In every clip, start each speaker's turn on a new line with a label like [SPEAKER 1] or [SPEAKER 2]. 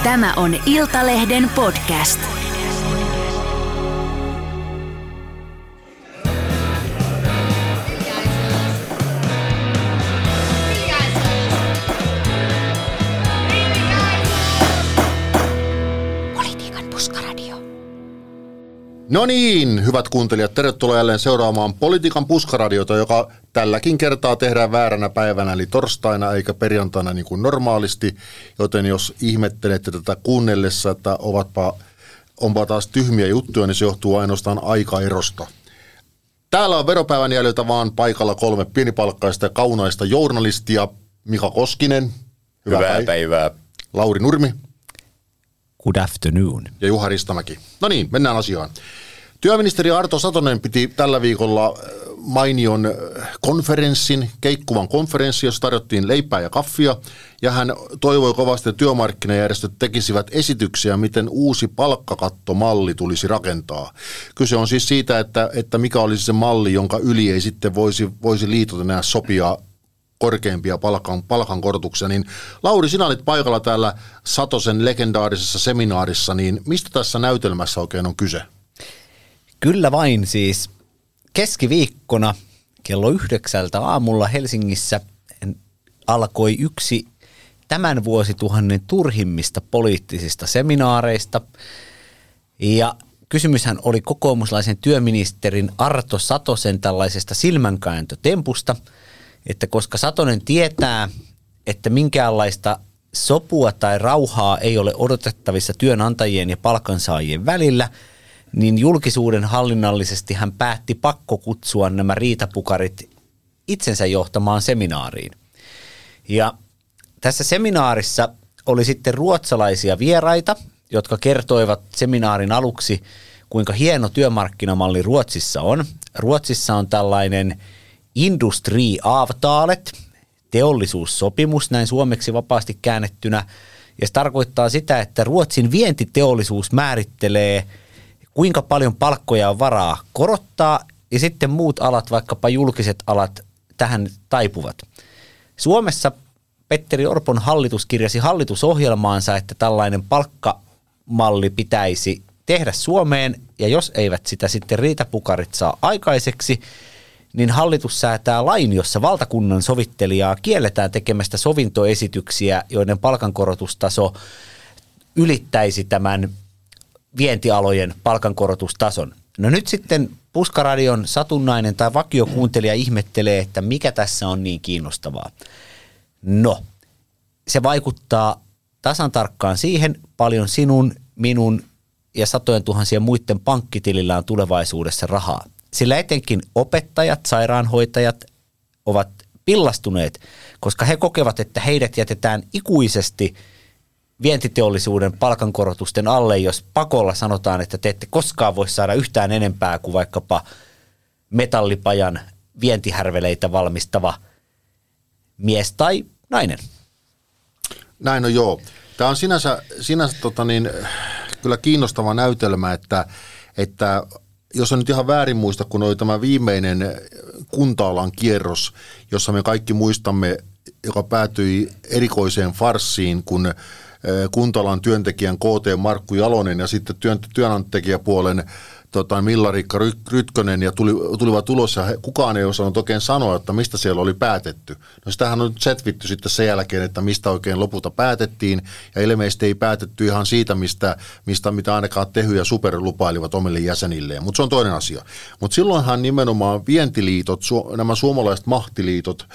[SPEAKER 1] Tämä on Iltalehden podcast.
[SPEAKER 2] Politiikan puskaradio.
[SPEAKER 3] No niin, hyvät kuuntelijat, tervetuloa jälleen seuraamaan Politiikan puskaradiota, joka tälläkin kertaa tehdään vääränä päivänä, eli torstaina eikä perjantaina niin kuin normaalisti, joten jos ihmettelette tätä kuunnellessa, että onpa taas tyhmiä juttuja, niin se johtuu ainoastaan aikaerosta. Täällä on veropäivän jäljiltä vaan paikalla 3 pienipalkkaista ja kaunaista journalistia. Mika Koskinen.
[SPEAKER 4] Hyvää päivää.
[SPEAKER 3] Lauri Nurmi.
[SPEAKER 5] Good afternoon.
[SPEAKER 3] Ja Juha Ristamäki. No niin, mennään asiaan. Työministeri Arto Satonen piti tällä viikolla mainion konferenssin, keikkuvan konferenssin, jossa tarjottiin leipää ja kaffia, ja hän toivoi kovasti, että työmarkkinajärjestöt tekisivät esityksiä, miten uusi palkkakattomalli tulisi rakentaa. Kyse on siis siitä, että mikä olisi se malli, jonka yli ei sitten voisi liitot enää sopia korkeimpia palkankorotuksia. Niin Lauri, sinä olit paikalla täällä Satosen legendaarisessa seminaarissa, niin mistä tässä näytelmässä oikein on kyse?
[SPEAKER 5] Kyllä vain, siis keskiviikkona kello 9 aamulla Helsingissä alkoi yksi tämän vuosituhannen turhimmista poliittisista seminaareista. Ja kysymyshän oli kokoomuslaisen työministerin Arto Satosen tällaisesta silmänkääntötempusta, että koska Satonen tietää, että minkäänlaista sopua tai rauhaa ei ole odotettavissa työnantajien ja palkansaajien välillä, niin julkisuuden hallinnallisesti hän päätti pakko kutsua nämä riitapukarit itsensä johtamaan seminaariin. Ja tässä seminaarissa oli sitten ruotsalaisia vieraita, jotka kertoivat seminaarin aluksi, kuinka hieno työmarkkinamalli Ruotsissa on. Ruotsissa on tällainen industriavtalet, teollisuussopimus, näin suomeksi vapaasti käännettynä, ja se tarkoittaa sitä, että Ruotsin vientiteollisuus määrittelee, kuinka paljon palkkoja on varaa korottaa, ja sitten muut alat, vaikkapa julkiset alat, tähän taipuvat. Suomessa Petteri Orpon hallitus kirjasi hallitusohjelmaansa, että tällainen palkkamalli pitäisi tehdä Suomeen, ja jos eivät sitä sitten riitapukarit saa aikaiseksi, niin hallitus säätää lain, jossa valtakunnan sovittelijaa kielletään tekemästä sovintoesityksiä, joiden palkankorotustaso ylittäisi tämän vientialojen palkankorotustason. No nyt sitten Puskaradion satunnainen tai vakiokuuntelija ihmettelee, että mikä tässä on niin kiinnostavaa. No, se vaikuttaa tasan tarkkaan siihen, paljon sinun, minun ja satojen tuhansien muiden pankkitilillä on tulevaisuudessa rahaa. Sillä etenkin opettajat, sairaanhoitajat ovat pillastuneet, koska he kokevat, että heidät jätetään ikuisesti vientiteollisuuden palkankorotusten alle, jos pakolla sanotaan, että te ette koskaan voi saada yhtään enempää kuin vaikkapa metallipajan vientihärveleitä valmistava mies tai nainen.
[SPEAKER 3] Näin on, joo. Tämä on sinänsä kyllä kiinnostava näytelmä, että jos on nyt ihan väärin muista, kun oli tämä viimeinen kunta-alan kierros, jossa me kaikki muistamme, joka päätyi erikoiseen farssiin, kun kunta-alan työntekijän KT Markku Jalonen ja sitten työnantajapuolen Milla-Riikka Rytkönen ja tulivat ulos ja kukaan ei osannut oikein sanoa, että mistä siellä oli päätetty. No sitähän on nyt setvitty sitten sen jälkeen, että mistä oikein lopulta päätettiin ja ilmeisesti ei päätetty ihan siitä, mitä ainakaan Tehy ja Super lupailivat omille jäsenilleen, mutta se on toinen asia. Mutta silloinhan nimenomaan vientiliitot, nämä suomalaiset mahtiliitot,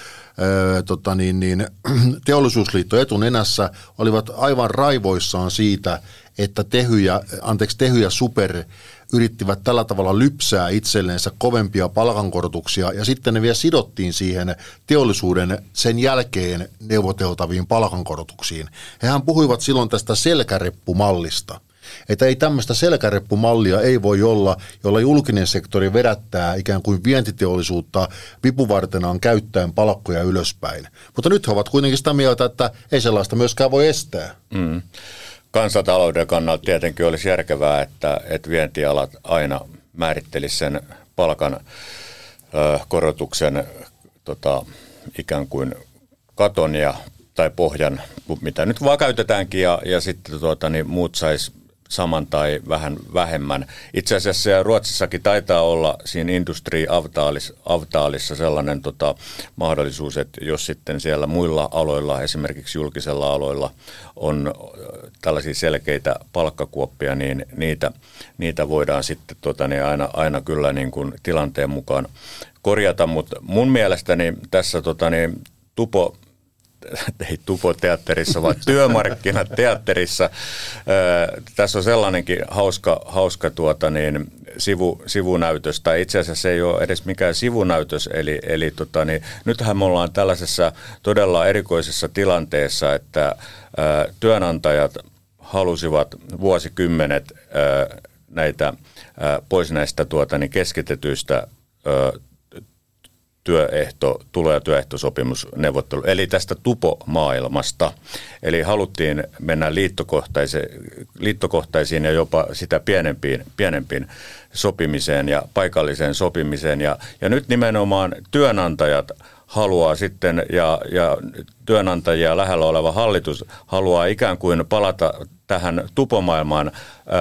[SPEAKER 3] teollisuusliitto etunenässä olivat aivan raivoissaan siitä, että Tehy ja Super yrittivät tällä tavalla lypsää itselleensä kovempia palkankorotuksia ja sitten ne vielä sidottiin siihen teollisuuden sen jälkeen neuvoteltaviin palkankorotuksiin. Hehän puhuivat silloin tästä selkäreppumallista. Että ei tämmöistä selkäreppumallia ei voi olla, jolla julkinen sektori vedättää ikään kuin vientiteollisuutta vipuvartenaan käyttäen palkkoja ylöspäin. Mutta nyt he ovat kuitenkin sitä mieltä, että ei sellaista myöskään voi estää.
[SPEAKER 4] Kansantalouden kannalta tietenkin olisi järkevää, että vientialat aina määrittelisi sen palkan korotuksen ikään kuin katon ja tai pohjan, mitä nyt vaan käytetäänkin, ja sitten niin muut sais saman tai vähän vähemmän. Itse asiassa Ruotsissakin taitaa olla siinä industri-avtaalissa sellainen mahdollisuus, että jos sitten siellä muilla aloilla, esimerkiksi julkisella aloilla, on tällaisia selkeitä palkkakuoppia, niin niitä voidaan sitten aina kyllä niin kuin tilanteen mukaan korjata. Mutta mun mielestäni tässä ei Tupo-teatterissa, vaan Työmarkkinateatterissa. Tässä on sellainenkin hauska sivunäytös, tai itse asiassa se ei ole edes mikään sivunäytös, eli nythän me ollaan tällaisessa todella erikoisessa tilanteessa, että työnantajat halusivat vuosikymmenet näitä pois näistä keskitetyistä tulo- ja työehtosopimusneuvottelu, eli tästä Tupo-maailmasta. Eli haluttiin mennä liittokohtaisiin ja jopa sitä pienempiin sopimiseen ja paikalliseen sopimiseen. Ja nyt nimenomaan työnantajat haluaa sitten, ja työnantajia lähellä oleva hallitus haluaa ikään kuin palata tähän Tupo-maailmaan,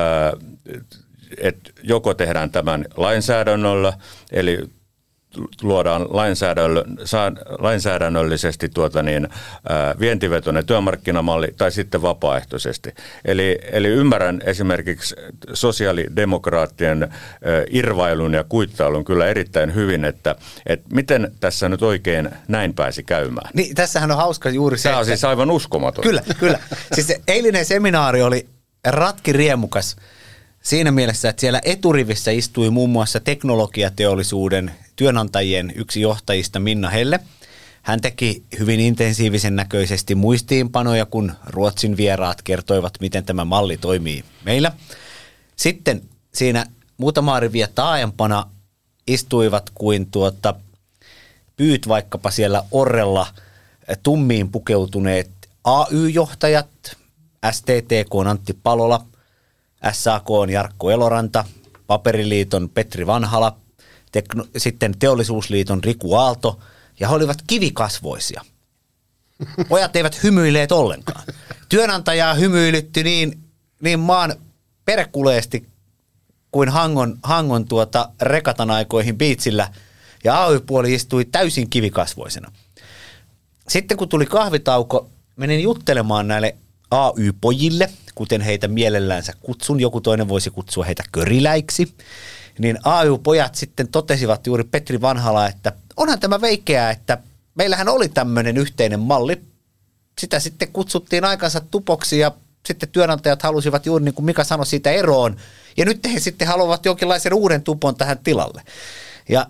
[SPEAKER 4] että joko tehdään tämän lainsäädännöllä, eli luodaan lainsäädännöllisesti vientivetoinen työmarkkinamalli tai sitten vapaaehtoisesti. Eli ymmärrän esimerkiksi sosiaalidemokraattien irvailun ja kuittailun kyllä erittäin hyvin, että miten tässä nyt oikein näin pääsi käymään.
[SPEAKER 5] Niin, tässähän on hauska juuri se.
[SPEAKER 4] Tämä on siis aivan uskomaton.
[SPEAKER 5] Kyllä. Siis se eilinen seminaari oli ratkiriemukas siinä mielessä, että siellä eturivissä istui muun muassa teknologiateollisuuden työnantajien yksi johtajista Minna Helle. Hän teki hyvin intensiivisen näköisesti muistiinpanoja, kun Ruotsin vieraat kertoivat, miten tämä malli toimii meillä. Sitten siinä muutama riviä taajempana istuivat kuin pyyt vaikkapa siellä orrella tummiin pukeutuneet AY-johtajat, STTK Antti Palola, SAK on Jarkko Eloranta, Paperiliiton Petri Vanhala, sitten Teollisuusliiton Riku Aalto, ja he olivat kivikasvoisia. Pojat eivät hymyilleet ollenkaan. Työnantajaa hymyilytti niin maan perkuleesti kuin Hangon rekatan aikoihin biitsillä, ja AY-puoli istui täysin kivikasvoisena. Sitten kun tuli kahvitauko, menin juttelemaan näille AY-pojille, kuten heitä mielellänsä kutsun, joku toinen voisi kutsua heitä köriläiksi, niin AY-pojat sitten totesivat juuri Petri Vanhala, että onhan tämä veikeää, että meillähän oli tämmöinen yhteinen malli, sitä sitten kutsuttiin aikansa tupoksi ja sitten työnantajat halusivat juuri niin kuin Mika sanoi siitä eroon, ja nyt he sitten haluavat jonkinlaisen uuden tupon tähän tilalle. Ja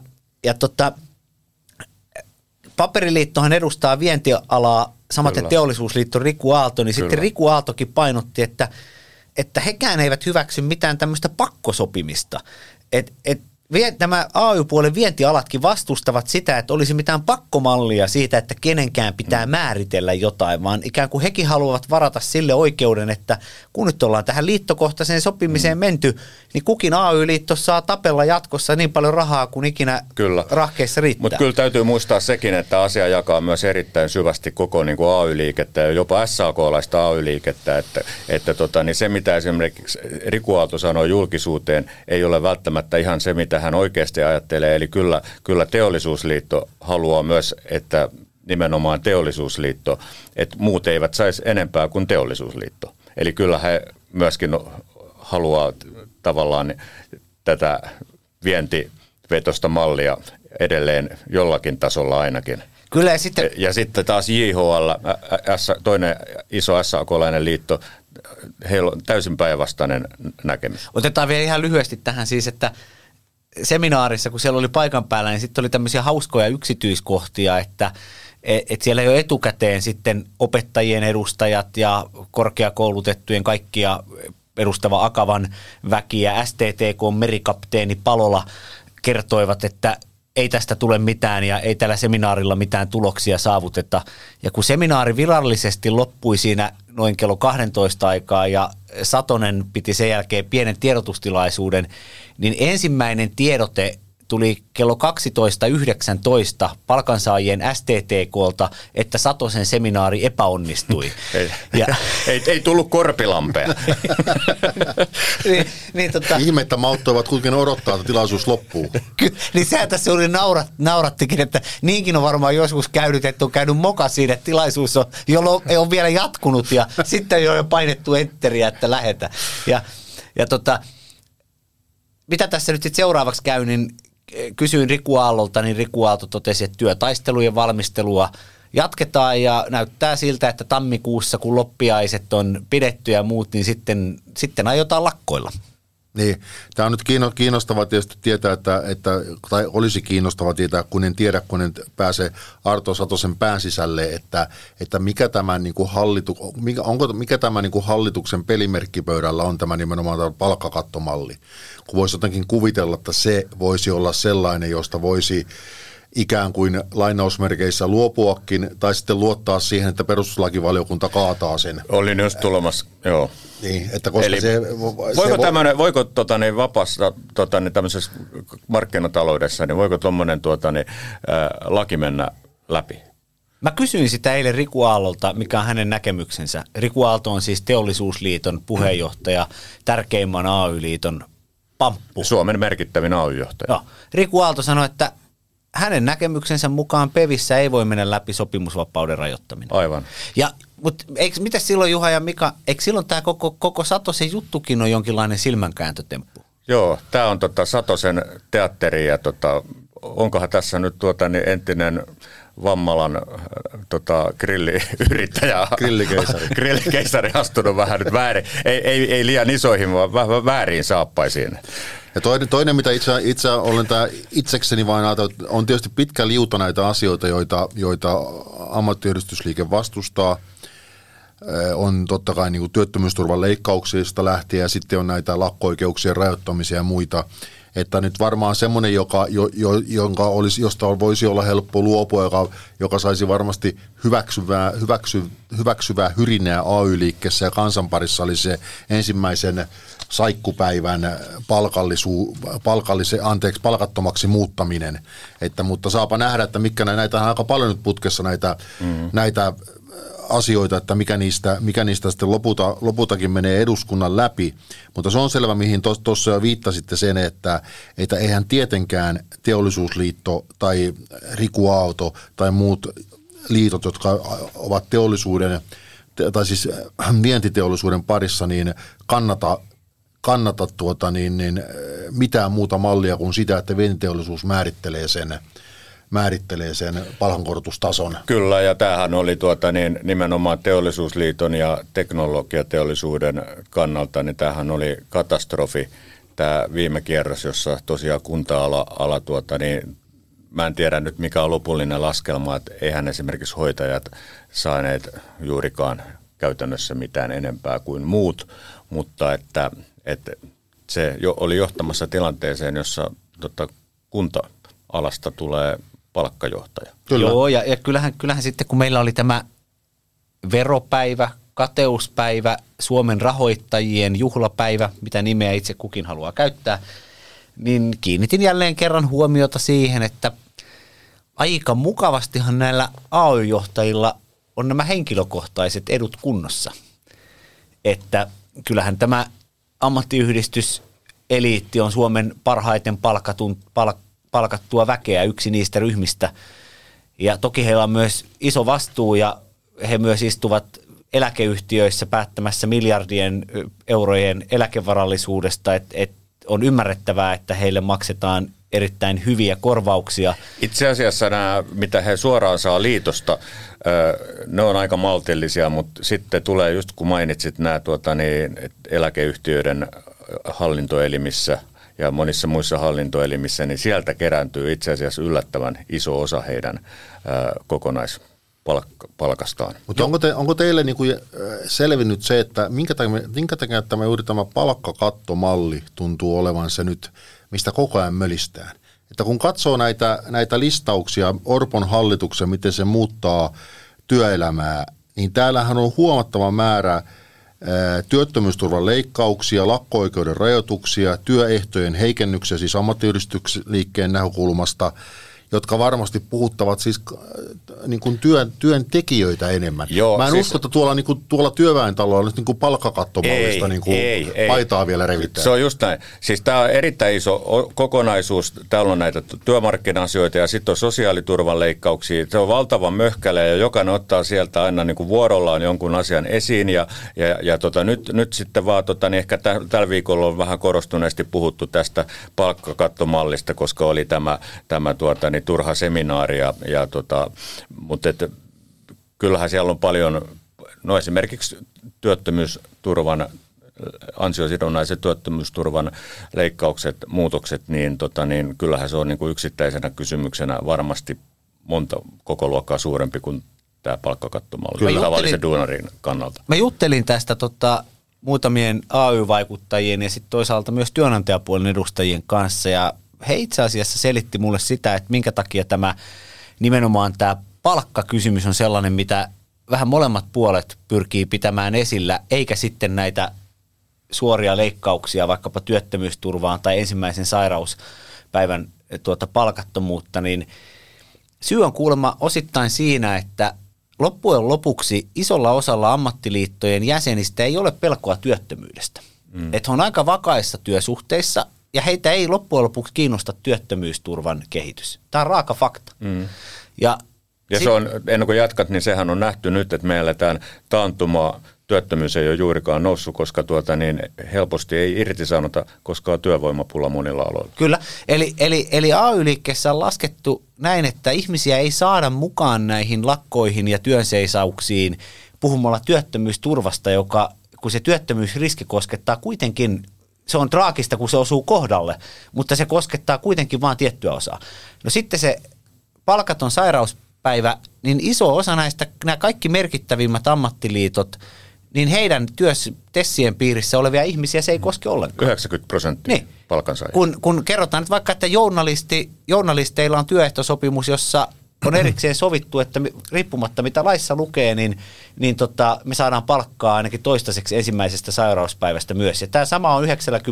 [SPEAKER 5] Paperiliittohan edustaa vientialaa, samaten kyllä Teollisuusliitto Riku Aalto, niin kyllä sitten Riku Aaltokin painotti, että hekään eivät hyväksy mitään tämmöistä pakkosopimista. Nämä AY-puolen vientialatkin vastustavat sitä, että olisi mitään pakkomallia siitä, että kenenkään pitää määritellä jotain, vaan ikään kuin hekin haluavat varata sille oikeuden, että kun nyt ollaan tähän liittokohtaiseen sopimiseen menty, niin kukin AY-liitto saa tapella jatkossa niin paljon rahaa kuin ikinä rahkeissa riittää.
[SPEAKER 4] Mutta kyllä täytyy muistaa sekin, että asia jakaa myös erittäin syvästi koko niin kuin AY-liikettä ja jopa SAK-laista AY-liikettä, että niin se mitä esimerkiksi Riku Aalto sanoi julkisuuteen ei ole välttämättä ihan se, mitä hän oikeasti ajattelee, eli kyllä Teollisuusliitto haluaa myös, että nimenomaan Teollisuusliitto, että muut eivät saisi enempää kuin Teollisuusliitto. Eli kyllä he myöskin haluaa tavallaan tätä vientivetosta mallia edelleen jollakin tasolla ainakin.
[SPEAKER 5] Kyllä,
[SPEAKER 4] ja sitten taas JHL, toinen iso SAK-lainen liitto, heillä on täysin päinvastainen näkemys.
[SPEAKER 5] Otetaan vielä ihan lyhyesti tähän siis, että seminaarissa, kun siellä oli paikan päällä, niin sitten oli tämmöisiä hauskoja yksityiskohtia, että siellä jo etukäteen sitten opettajien edustajat ja korkeakoulutettujen kaikkia edustava Akavan väki ja STTK-merikapteeni Palola kertoivat, että ei tästä tule mitään ja ei tällä seminaarilla mitään tuloksia saavuteta. Ja kun seminaari virallisesti loppui siinä noin kello 12 aikaa ja Satonen piti sen jälkeen pienen tiedotustilaisuuden, niin ensimmäinen tiedote tuli kello 12.19 palkansaajien STTK:lta, että Satosen seminaari epäonnistui.
[SPEAKER 4] Ei tullut Korpilampea.
[SPEAKER 3] Ihme, että mauttoivat kuitenkin odottaa, että tilaisuus loppuu.
[SPEAKER 5] Niin sehän tässä oli naurattikin, että niinkin on varmaan joskus käynyt, että on käynyt moka siinä, että tilaisuus on, jolloin ei ole vielä jatkunut ja sitten on jo painettu enteriä, että lähetä. Ja mitä tässä nyt sitten seuraavaksi käy, niin kysyin Riku Aallolta, niin Riku Aalto totesi, että työtaistelujen valmistelua jatketaan ja näyttää siltä, että tammikuussa, kun loppiaiset on pidetty ja muut, niin sitten aiotaan lakkoilla.
[SPEAKER 3] Niin, tämä on nyt kiinnostavaa tietysti tietää, tai olisi kiinnostavaa tietää, kun en tiedä, kun en pääse Arto Satosen pään sisälle, että mikä tämä mikä tämä hallituksen pelimerkkipöydällä on tämä nimenomaan tämä palkkakattomalli. Kun voisi jotenkin kuvitella, että se voisi olla sellainen, josta voisi ikään kuin lainausmerkeissä luopuakin, tai sitten luottaa siihen, että perustuslakivaliokunta kaataa sen.
[SPEAKER 4] Olin just tulemassa, joo.
[SPEAKER 3] Niin, että koska
[SPEAKER 4] eli voiko vapaassa tämmöisessä markkinataloudessa, niin voiko tuommoinen laki mennä läpi?
[SPEAKER 5] Mä kysyin sitä eilen Riku Aallolta, mikä on hänen näkemyksensä. Riku Aalto on siis Teollisuusliiton puheenjohtaja, tärkeimmän AY-liiton pamppu.
[SPEAKER 4] Suomen merkittävin AY-johtaja.
[SPEAKER 5] Joo. Riku Aalto sanoi, että hänen näkemyksensä mukaan PEVissä ei voi mennä läpi sopimusvapauden rajoittaminen.
[SPEAKER 4] Aivan.
[SPEAKER 5] Mutta miten silloin Juha ja Mika, eikö silloin tämä koko Satosen juttukin on jonkinlainen silmänkääntötemppu?
[SPEAKER 4] Joo, tämä on Satosen teatteri ja onkohan tässä nyt entinen Vammalan grilliyrittäjä, grillikeisari astunut vähän nyt väärin, ei liian isoihin, vaan vähän väärin saappaisiin.
[SPEAKER 3] Ja toinen mitä itse olen itsekseni vain ajatellut, on tietysti pitkä liuta näitä asioita, joita ammattiyhdistysliike vastustaa. On totta kai niin kuin työttömyysturvan leikkauksista lähtien ja sitten on näitä lakko-oikeuksien rajoittamisia ja muita. Että nyt varmaan semmoinen, josta voisi olla helppo luopua, joka saisi varmasti hyväksyvää hyrinää AY-liikkeessä ja kansanparissa oli se ensimmäisen saikkupäivän palkattomaksi muuttaminen. Mutta saapa nähdä, että näitä on aika paljon nyt putkessa näitä asioita, että mikä niistä sitten lopultakin menee eduskunnan läpi. Mutta se on selvä, mihin tuossa jo viittasitte sen, että eihän tietenkään Teollisuusliitto tai Riku Aalto tai muut liitot, jotka ovat teollisuuden tai siis vientiteollisuuden parissa, niin kannata mitään muuta mallia kuin sitä, että vientiteollisuus määrittelee sen palkankorotustason.
[SPEAKER 4] Kyllä, ja tämähän oli nimenomaan Teollisuusliiton ja teknologiateollisuuden kannalta, niin tämähän oli katastrofi, tämä viime kierros, jossa tosiaan kunta-ala mä en tiedä nyt mikä on lopullinen laskelma, että eihän esimerkiksi hoitajat saaneet juurikaan käytännössä mitään enempää kuin muut, mutta että se oli johtamassa tilanteeseen, jossa kunta-alasta tulee palkkajohtaja.
[SPEAKER 5] Kyllä. Joo, ja kyllähän sitten kun meillä oli tämä veropäivä, kateuspäivä, Suomen rahoittajien juhlapäivä, mitä nimeä itse kukin haluaa käyttää, niin kiinnitin jälleen kerran huomiota siihen, että aika mukavastihan näillä AY-johtajilla on nämä henkilökohtaiset edut kunnossa. Että kyllähän tämä ammattiyhdistyseliitti on Suomen parhaiten palkattua väkeä, yksi niistä ryhmistä. Ja toki heillä on myös iso vastuu ja he myös istuvat eläkeyhtiöissä päättämässä miljardien eurojen eläkevarallisuudesta, että on ymmärrettävää, että heille maksetaan erittäin hyviä korvauksia.
[SPEAKER 4] Itse asiassa nämä, mitä he suoraan saa liitosta, ne on aika maltillisia, mutta sitten tulee just kun mainitsit nämä eläkeyhtiöiden hallintoelimissä ja monissa muissa hallintoelimissä, niin sieltä kerääntyy itse asiassa yllättävän iso osa heidän kokonaispalkastaan.
[SPEAKER 3] Mutta onko teille niinku selvinnyt se, että minkä takia tämä juuri tämä palkkakattomalli tuntuu olevan se nyt, mistä koko ajan mölistään? Että kun katsoo näitä listauksia Orpon hallituksen, miten se muuttaa työelämää, niin täällähän on huomattava määrä työttömyysturvan leikkauksia, lakko-oikeuden rajoituksia, työehtojen heikennyksiä, siis ammattiyhdistysliikkeen näkökulmasta, jotka varmasti puhuttavat siis niin kuin työntekijöitä enemmän. Mä en usko, että tuolla työväentalolla nyt niin kuin palkkakattomallista niin kuin paitaa vielä revittää.
[SPEAKER 4] Se on just näin. Siis tämä on erittäin iso kokonaisuus. Täällä on näitä työmarkkina-asioita ja sitten on sosiaaliturvan leikkauksia. Se on valtavan möhkäle ja jokainen ottaa sieltä aina niin kuin vuorollaan jonkun asian esiin. Ja nyt sitten vaan niin ehkä tällä viikolla on vähän korostuneesti puhuttu tästä palkkakattomallista, koska oli tämä turha seminaari, mutta kyllähän siellä on paljon, esimerkiksi työttömyysturvan, ansiosidonnaisen työttömyysturvan leikkaukset, muutokset, niin kyllähän se on niin kuin yksittäisenä kysymyksenä varmasti monta koko luokkaa suurempi kuin tämä palkkakattomalli tavallisen duunarin kannalta.
[SPEAKER 5] Mä juttelin tästä muutamien AY-vaikuttajien ja sitten toisaalta myös työnantajapuolen edustajien kanssa ja he itse asiassa selitti mulle sitä, että minkä takia nimenomaan tämä palkkakysymys on sellainen, mitä vähän molemmat puolet pyrkii pitämään esillä, eikä sitten näitä suoria leikkauksia vaikkapa työttömyysturvaan tai ensimmäisen sairauspäivän palkattomuutta, niin syy on kuulemma osittain siinä, että loppujen lopuksi isolla osalla ammattiliittojen jäsenistä ei ole pelkoa työttömyydestä. Että he on aika vakaissa työsuhteissa, ja heitä ei loppujen lopuksi kiinnosta työttömyysturvan kehitys. Tämä on raaka fakta. Ja
[SPEAKER 4] se on, ennen kuin jatkat, niin sehän on nähty nyt, että me eletään taantumaa. Työttömyys ei ole juurikaan noussut, koska helposti ei irtisanota, koska on työvoimapula monilla aloilla.
[SPEAKER 5] Kyllä, eli AY-liikkeessä on laskettu näin, että ihmisiä ei saada mukaan näihin lakkoihin ja työnseisauksiin puhumalla työttömyysturvasta, kun se työttömyysriski koskettaa kuitenkin. Se on traagista, kun se osuu kohdalle, mutta se koskettaa kuitenkin vain tiettyä osaa. No sitten se palkaton sairauspäivä, niin iso osa nämä kaikki merkittävimmät ammattiliitot, niin heidän TESien piirissä olevia ihmisiä se ei koske ollenkaan.
[SPEAKER 4] 90%
[SPEAKER 5] niin.
[SPEAKER 4] Palkansaajia.
[SPEAKER 5] Kun kerrotaan nyt vaikka, että journalisteilla on työehtosopimus, jossa on erikseen sovittu, että riippumatta mitä laissa lukee, niin me saadaan palkkaa ainakin toistaiseksi ensimmäisestä sairauspäivästä myös. Ja tämä sama on 90%.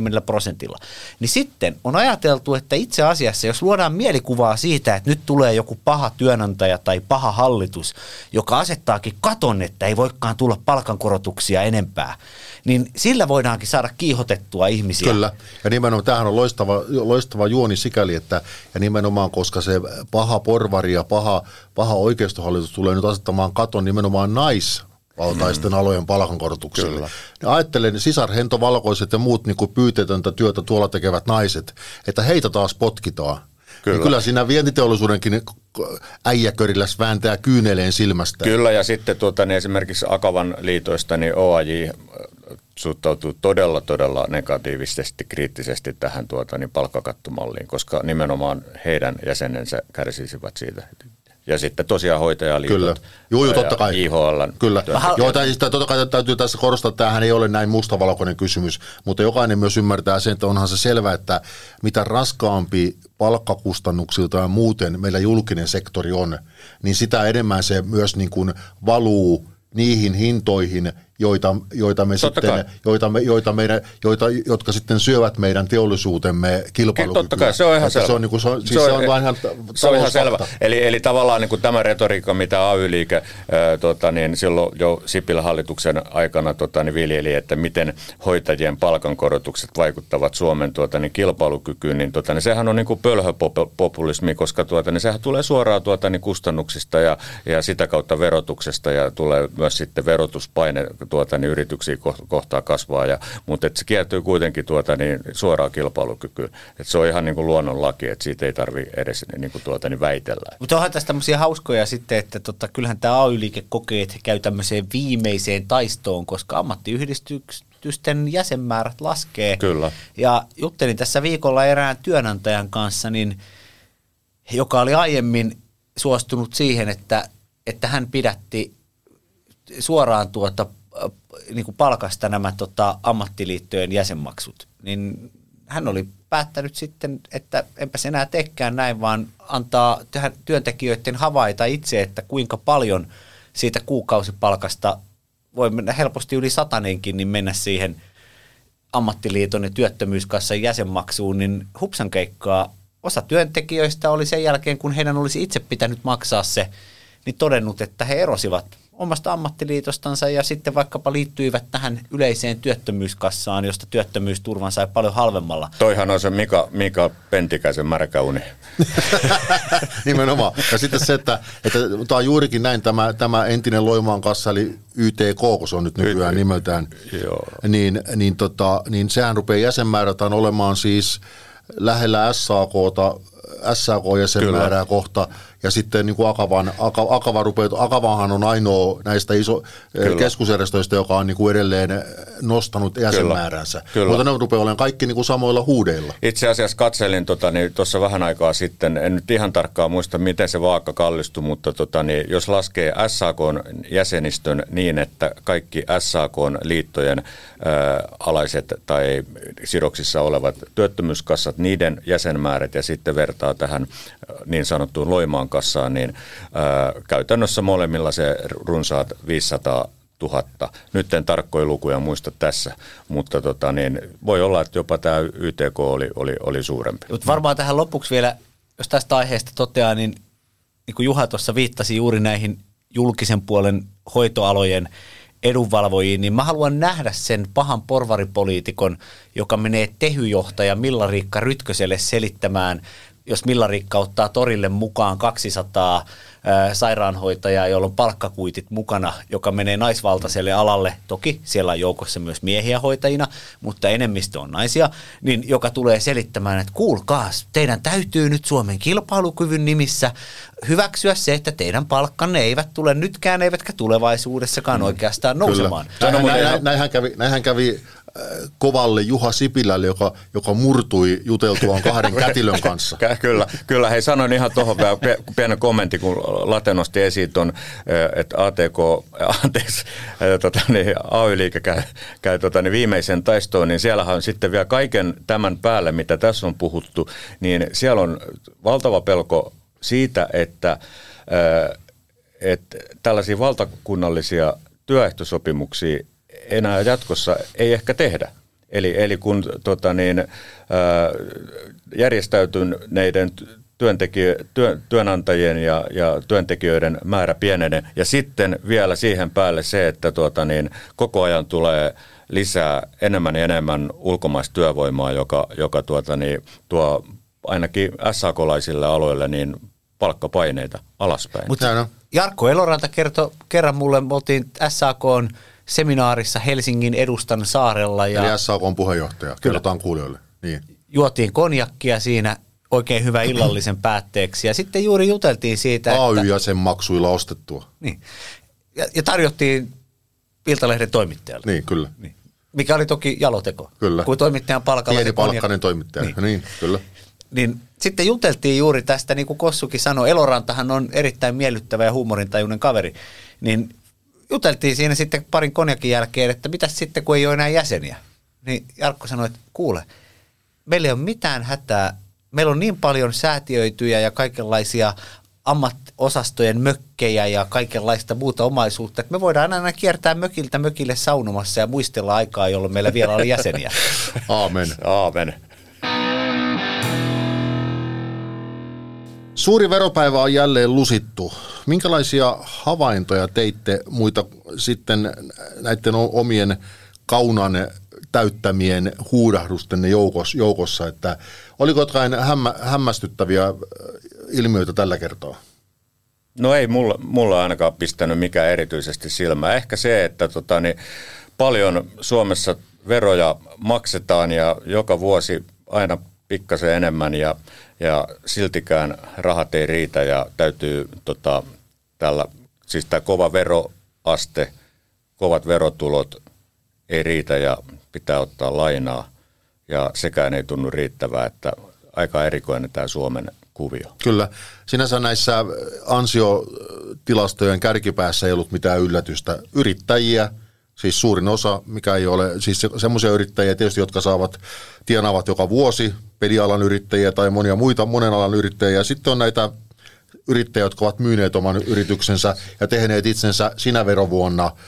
[SPEAKER 5] Niin sitten on ajateltu, että itse asiassa, jos luodaan mielikuvaa siitä, että nyt tulee joku paha työnantaja tai paha hallitus, joka asettaakin katon, että ei voikaan tulla palkankorotuksia enempää, niin sillä voidaankin saada kiihotettua ihmisiä.
[SPEAKER 3] Kyllä, ja nimenomaan tämähän on loistava juoni sikäli, että ja nimenomaan koska se paha porvari ja paha oikeistohallitus tulee nyt asettamaan katon nimenomaan naisvaltaisten alojen palkankorotuksille. Ajattelen sisarhentovalkoiset ja muut niin kuin pyyteetöntä työtä tuolla tekevät naiset, että heitä taas potkitaan. Kyllä siinä vientiteollisuudenkin äijäkörillä vääntää kyyneleen silmästä.
[SPEAKER 4] Kyllä, ja sitten esimerkiksi Akavan liitoista niin OAJ suhtautuu todella negatiivisesti, kriittisesti tähän palkkakattomalliin, koska nimenomaan heidän jäsenensä kärsisivät siitä. Ja sitten tosiaan hoitajaliitot.
[SPEAKER 3] Kyllä. Joo, totta kai.
[SPEAKER 4] IHL.
[SPEAKER 3] Kyllä. Totta kai täytyy tässä korostaa, että tämähän ei ole näin mustavalkoinen kysymys, mutta jokainen myös ymmärtää sen, että onhan se selvä, että mitä raskaampi palkkakustannuksilta ja muuten meillä julkinen sektori on, niin sitä enemmän se myös niin kuin valuu niihin hintoihin, jotka sitten syövät meidän teollisuutemme kilpailukykyä.
[SPEAKER 4] Totta kai, se on ihan selvä. Se on ihan selvä. Eli tavallaan niin kuin tämä retoriikka, mitä AY-liike silloin jo Sipilän hallituksen aikana viljeli, että miten hoitajien palkankorotukset vaikuttavat Suomen kilpailukykyyn, niin sehän on niin kuin pölhöpopulismi, koska sehän tulee suoraan kustannuksista ja sitä kautta verotuksesta ja tulee myös sitten verotuspaine yrityksiä kohtaa kasvaa, mutta se kiertyy kuitenkin suoraan kilpailukykyyn. Et se on ihan niin kuin luonnonlaki, että siitä ei tarvitse edes väitellä.
[SPEAKER 5] Mutta onhan tässä tämmöisiä hauskoja sitten, että kyllähän tämä AY-liike kokee, että he käy tämmöiseen viimeiseen taistoon, koska ammattiyhdistysten jäsenmäärät laskee.
[SPEAKER 4] Kyllä.
[SPEAKER 5] Ja juttelin tässä viikolla erään työnantajan kanssa, joka oli aiemmin suostunut siihen, että hän pidätti suoraan niin kuin palkasta nämä ammattiliittojen jäsenmaksut, niin hän oli päättänyt sitten, että enpäs enää teekään näin, vaan antaa työntekijöiden havaita itse, että kuinka paljon siitä kuukausipalkasta voi mennä helposti yli 100, niin mennä siihen ammattiliiton ja työttömyyskassan jäsenmaksuun, niin hupsan keikkaa osa työntekijöistä oli sen jälkeen, kun heidän olisi itse pitänyt maksaa se, niin todennut, että he erosivat omasta ammattiliitostansa ja sitten vaikkapa liittyivät tähän yleiseen työttömyyskassaan, josta työttömyysturvan sai paljon halvemmalla.
[SPEAKER 4] Toihan on se Mika Pentikäisen märkäuni.
[SPEAKER 3] Nimenomaan. Ja sitten se, että tämä on juurikin näin, tämä entinen Loimaan kassa, eli YTK, kun se on nyt nykyään nimeltään, niin sehän rupeaa jäsenmäärältään olemaan siis lähellä SAK-jäsenmäärää kohta, ja sitten niin kuin Akavahan on ainoa näistä keskusjärjestöistä, joka on niin kuin edelleen nostanut jäsenmääränsä. Mutta ne rupeaa olemaan kaikki niin kuin samoilla huudeilla.
[SPEAKER 4] Itse asiassa katselin tuossa vähän aikaa sitten, en nyt ihan tarkkaan muista, miten se vaakka kallistui, mutta jos laskee SAK:n jäsenistön niin, että kaikki SAK:n liittojen alaiset tai sidoksissa olevat työttömyyskassat, niiden jäsenmäärät ja sitten vertaa tähän niin sanottuun Loimaan kassaan, niin käytännössä molemmilla se runsaat 500 000. Nyt en tarkkoja lukuja muista tässä, mutta voi olla, että jopa tämä YTK oli suurempi.
[SPEAKER 5] Mutta varmaan tähän lopuksi vielä, jos tästä aiheesta toteaa, niin kuin Juha tuossa viittasi juuri näihin julkisen puolen hoitoalojen edunvalvojiin, niin mä haluan nähdä sen pahan porvaripoliitikon, joka menee Tehy-johtaja Milla-Riikka Rytköselle selittämään, jos Milla-Riikka ottaa torille mukaan 200 sairaanhoitajaa, joilla on palkkakuitit mukana, joka menee naisvaltaiselle alalle, toki siellä on joukossa myös miehiä hoitajina, mutta enemmistö on naisia, niin joka tulee selittämään, että kuulkaas, teidän täytyy nyt Suomen kilpailukyvyn nimissä hyväksyä se, että teidän palkkanne eivät tule nytkään, eivätkä tulevaisuudessakaan oikeastaan nousemaan.
[SPEAKER 3] Näinhän kävi kovalle Juha Sipilälle, joka murtui juteltuaan kahden kätilön kanssa.
[SPEAKER 4] Kyllä. Hei, sanoin ihan tuohon vielä pienen kommentin, kun Late nosti esiin tuon, että AY-liike käy viimeisen taistoon, niin siellähän on sitten vielä kaiken tämän päälle, mitä tässä on puhuttu, niin siellä on valtava pelko siitä, että tällaisia valtakunnallisia työehtosopimuksia enää jatkossa ei ehkä tehdä. Eli kun järjestäytyneiden työnantajien ja työntekijöiden määrä pienenee, ja sitten vielä siihen päälle se, että koko ajan tulee lisää enemmän ja enemmän ulkomaista työvoimaa, joka tuo ainakin SAK-laisille aloille niin palkkapaineita alaspäin.
[SPEAKER 5] Mutta Jarkko Eloranta kertoi kerran mulle, me oltiin SAK:n seminaarissa Helsingin Edustan saarella. Ja
[SPEAKER 3] eli SAK on puheenjohtaja, kerrotaan kuulijoille. Niin.
[SPEAKER 5] Juotiin konjakkia siinä oikein hyvä illallisen päätteeksi ja sitten juuri juteltiin siitä,
[SPEAKER 3] AY-jäsenmaksuilla ostettua.
[SPEAKER 5] Niin. Ja tarjottiin Iltalehden toimittajalle.
[SPEAKER 3] Niin, kyllä.
[SPEAKER 5] Niin. Mikä oli toki jaloteko.
[SPEAKER 3] Kyllä.
[SPEAKER 5] Kun toimittajan palkalla.
[SPEAKER 3] Pieni palkkainen toimittaja. Niin, kyllä.
[SPEAKER 5] Niin sitten juteltiin juuri tästä, niin kuin Kossukin sanoi, Elorantahan on erittäin miellyttävä ja huumorintajuinen kaveri, niin juteltiin siinä sitten parin konjakin jälkeen, että mitäs sitten, kun ei ole enää jäseniä. Niin Jarkko sanoi, että kuule, meillä ei ole mitään hätää. Meillä on niin paljon säätiöityjä ja kaikenlaisia ammattiosastojen mökkejä ja kaikenlaista muuta omaisuutta, että me voidaan aina kiertää mökiltä mökille saunomassa ja muistella aikaa, jolloin meillä vielä oli jäseniä.
[SPEAKER 3] Aamen.
[SPEAKER 4] Aamen.
[SPEAKER 3] Suuri veropäivä on jälleen lusittu. Minkälaisia havaintoja teitte muita sitten näiden omien kaunan täyttämien huudahdustenne joukossa, että oliko jotain hämmästyttäviä ilmiöitä tällä kertaa?
[SPEAKER 4] No ei mulla ainakaan pistänyt mikään erityisesti silmää. Ehkä se, että paljon Suomessa veroja maksetaan ja joka vuosi aina pikkasen enemmän ja siltikään rahat ei riitä ja täytyy siis tämä kova veroaste, kovat verotulot ei riitä ja pitää ottaa lainaa ja sekään ei tunnu riittävää, että aika erikoinen tämä Suomen kuvio. Kyllä.
[SPEAKER 3] Sinänsä näissä ansiotilastojen kärkipäässä ei ollut mitään yllätystä. Yrittäjiä, siis suurin osa, mikä ei ole, siis semmoisia yrittäjiä tietysti, jotka tienaavat joka vuosi, pelialan yrittäjiä tai monia muita monen alan yrittäjiä. Sitten on näitä yrittäjiä, jotka ovat myyneet oman yrityksensä ja tehneet itsensä sinä verovuonna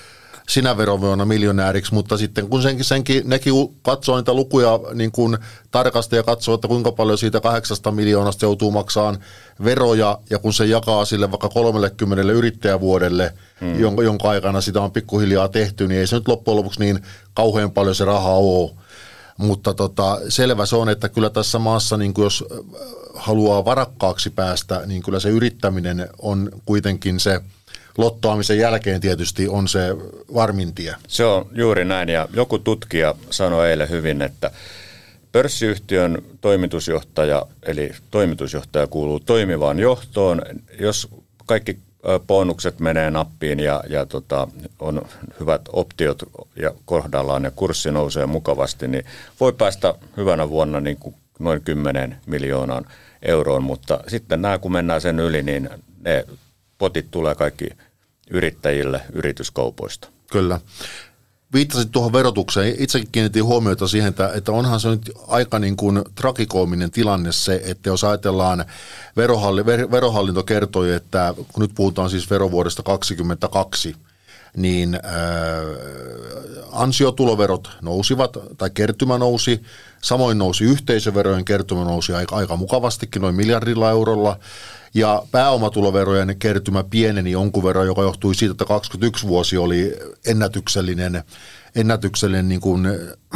[SPEAKER 3] sinä verovuonna miljonääriksi, mutta sitten kun nekin katsoo niitä lukuja niin kuin tarkasti ja katsoo, että kuinka paljon siitä 8 miljoonasta joutuu maksamaan veroja, ja kun se jakaa sille vaikka 30 yrittäjävuodelle, jonka aikana sitä on pikkuhiljaa tehty, niin ei se nyt loppujen lopuksi niin kauhean paljon se raha ole. Mutta selvä se on, että kyllä tässä maassa, niin kuin jos haluaa varakkaaksi päästä, niin kyllä se yrittäminen on kuitenkin se lottoamisen jälkeen tietysti on se varmin tie.
[SPEAKER 4] Se on juuri näin, ja joku tutkija sanoi eilen hyvin, että pörssiyhtiön toimitusjohtaja, eli toimitusjohtaja kuuluu toimivaan johtoon, jos kaikki bonukset menee nappiin ja on hyvät optiot ja kohdallaan ja kurssi nousee mukavasti, niin voi päästä hyvänä vuonna niin kuin noin 10 miljoonaan euroon, mutta sitten nämä kun mennään sen yli, niin ne potit tulee kaikki yrittäjille yrityskaupoista.
[SPEAKER 3] Kyllä. Viittasit tuohon verotukseen. Itsekin kiinnitin huomiota siihen, että onhan se nyt aika niin kuin tragikoominen tilanne se, että jos ajatellaan, verohallinto kertoi, että kun nyt puhutaan siis verovuodesta 2022, niin ansiotuloverot nousivat tai kertymä nousi, samoin nousi yhteisöverojen kertymä nousi aika mukavastikin noin miljardilla eurolla, ja pääomatuloverojen kertymä pieneni jonkun verran, joka johtui siitä, että 2021 vuosi oli ennätyksellinen niin kuin,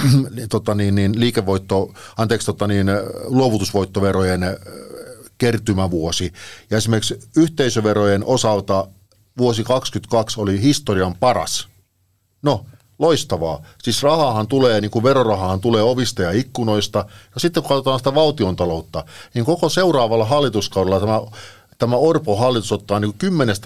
[SPEAKER 3] luovutusvoittoverojen kertymävuosi. Ja esimerkiksi yhteisöverojen osalta vuosi 2022 oli historian paras. No, loistavaa. Siis rahahan tulee, niin kuin verorahahan tulee ovista ja ikkunoista. Ja sitten kun katsotaan sitä valtiontaloutta, niin koko seuraavalla hallituskaudella tämä Orpon hallitus ottaa niin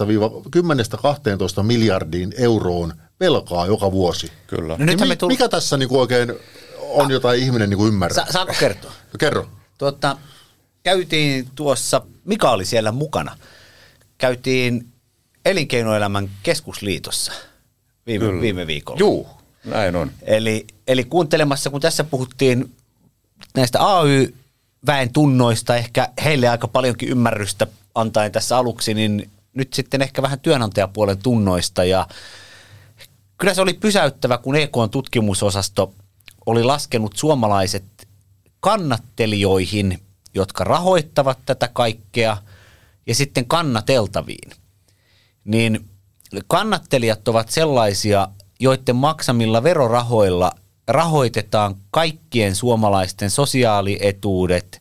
[SPEAKER 3] 10-12 miljardiin euroon velkaa joka vuosi.
[SPEAKER 4] Kyllä.
[SPEAKER 3] No niin mikä tässä niin kuin oikein on jotain ihminen niin kuin ymmärrä?
[SPEAKER 5] Saanko kertoa?
[SPEAKER 3] Kerro.
[SPEAKER 5] Käytiin tuossa, Mika oli siellä mukana, käytiin Elinkeinoelämän keskusliitossa viime viikolla.
[SPEAKER 4] Juu, näin on.
[SPEAKER 5] Eli kuuntelemassa, kun tässä puhuttiin näistä AY-väen tunnoista, ehkä heille aika paljonkin ymmärrystä antaen tässä aluksi, niin nyt sitten ehkä vähän työnantajapuolen tunnoista. Ja kyllä se oli pysäyttävä, kun EK:n tutkimusosasto oli laskenut suomalaiset kannattelijoihin, jotka rahoittavat tätä kaikkea, ja sitten kannateltaviin. Niin kannattelijat ovat sellaisia, joiden maksamilla verorahoilla rahoitetaan kaikkien suomalaisten sosiaalietuudet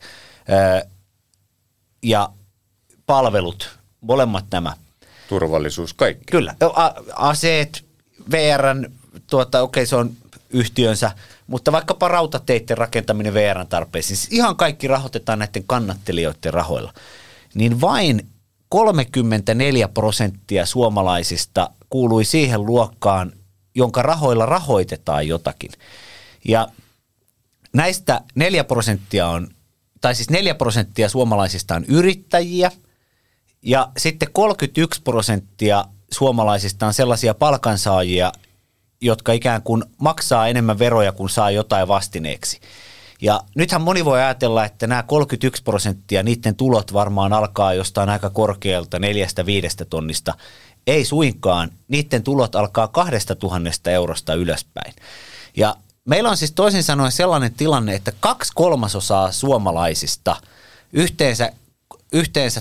[SPEAKER 5] ja palvelut, molemmat nämä.
[SPEAKER 4] Turvallisuus, kaikki.
[SPEAKER 5] Kyllä, aseet, VR:n, se on yhtiönsä, mutta vaikkapa rautateiden rakentaminen VR:n tarpeisiin, siis ihan kaikki rahoitetaan näiden kannattelijoiden rahoilla. Niin vain 34% suomalaisista kuului siihen luokkaan, jonka rahoilla rahoitetaan jotakin. Ja näistä 4% suomalaisista on yrittäjiä, ja sitten 31% suomalaisista on sellaisia palkansaajia, jotka ikään kuin maksaa enemmän veroja kuin saa jotain vastineeksi. Ja nythän moni voi ajatella, että nämä 31%, niiden tulot varmaan alkaa jostain aika korkealta 4-5 tonnista. Ei suinkaan, niiden tulot alkaa 2 000 eurosta ylöspäin. Ja meillä on siis toisin sanoen sellainen tilanne, että 2/3 suomalaisista yhteensä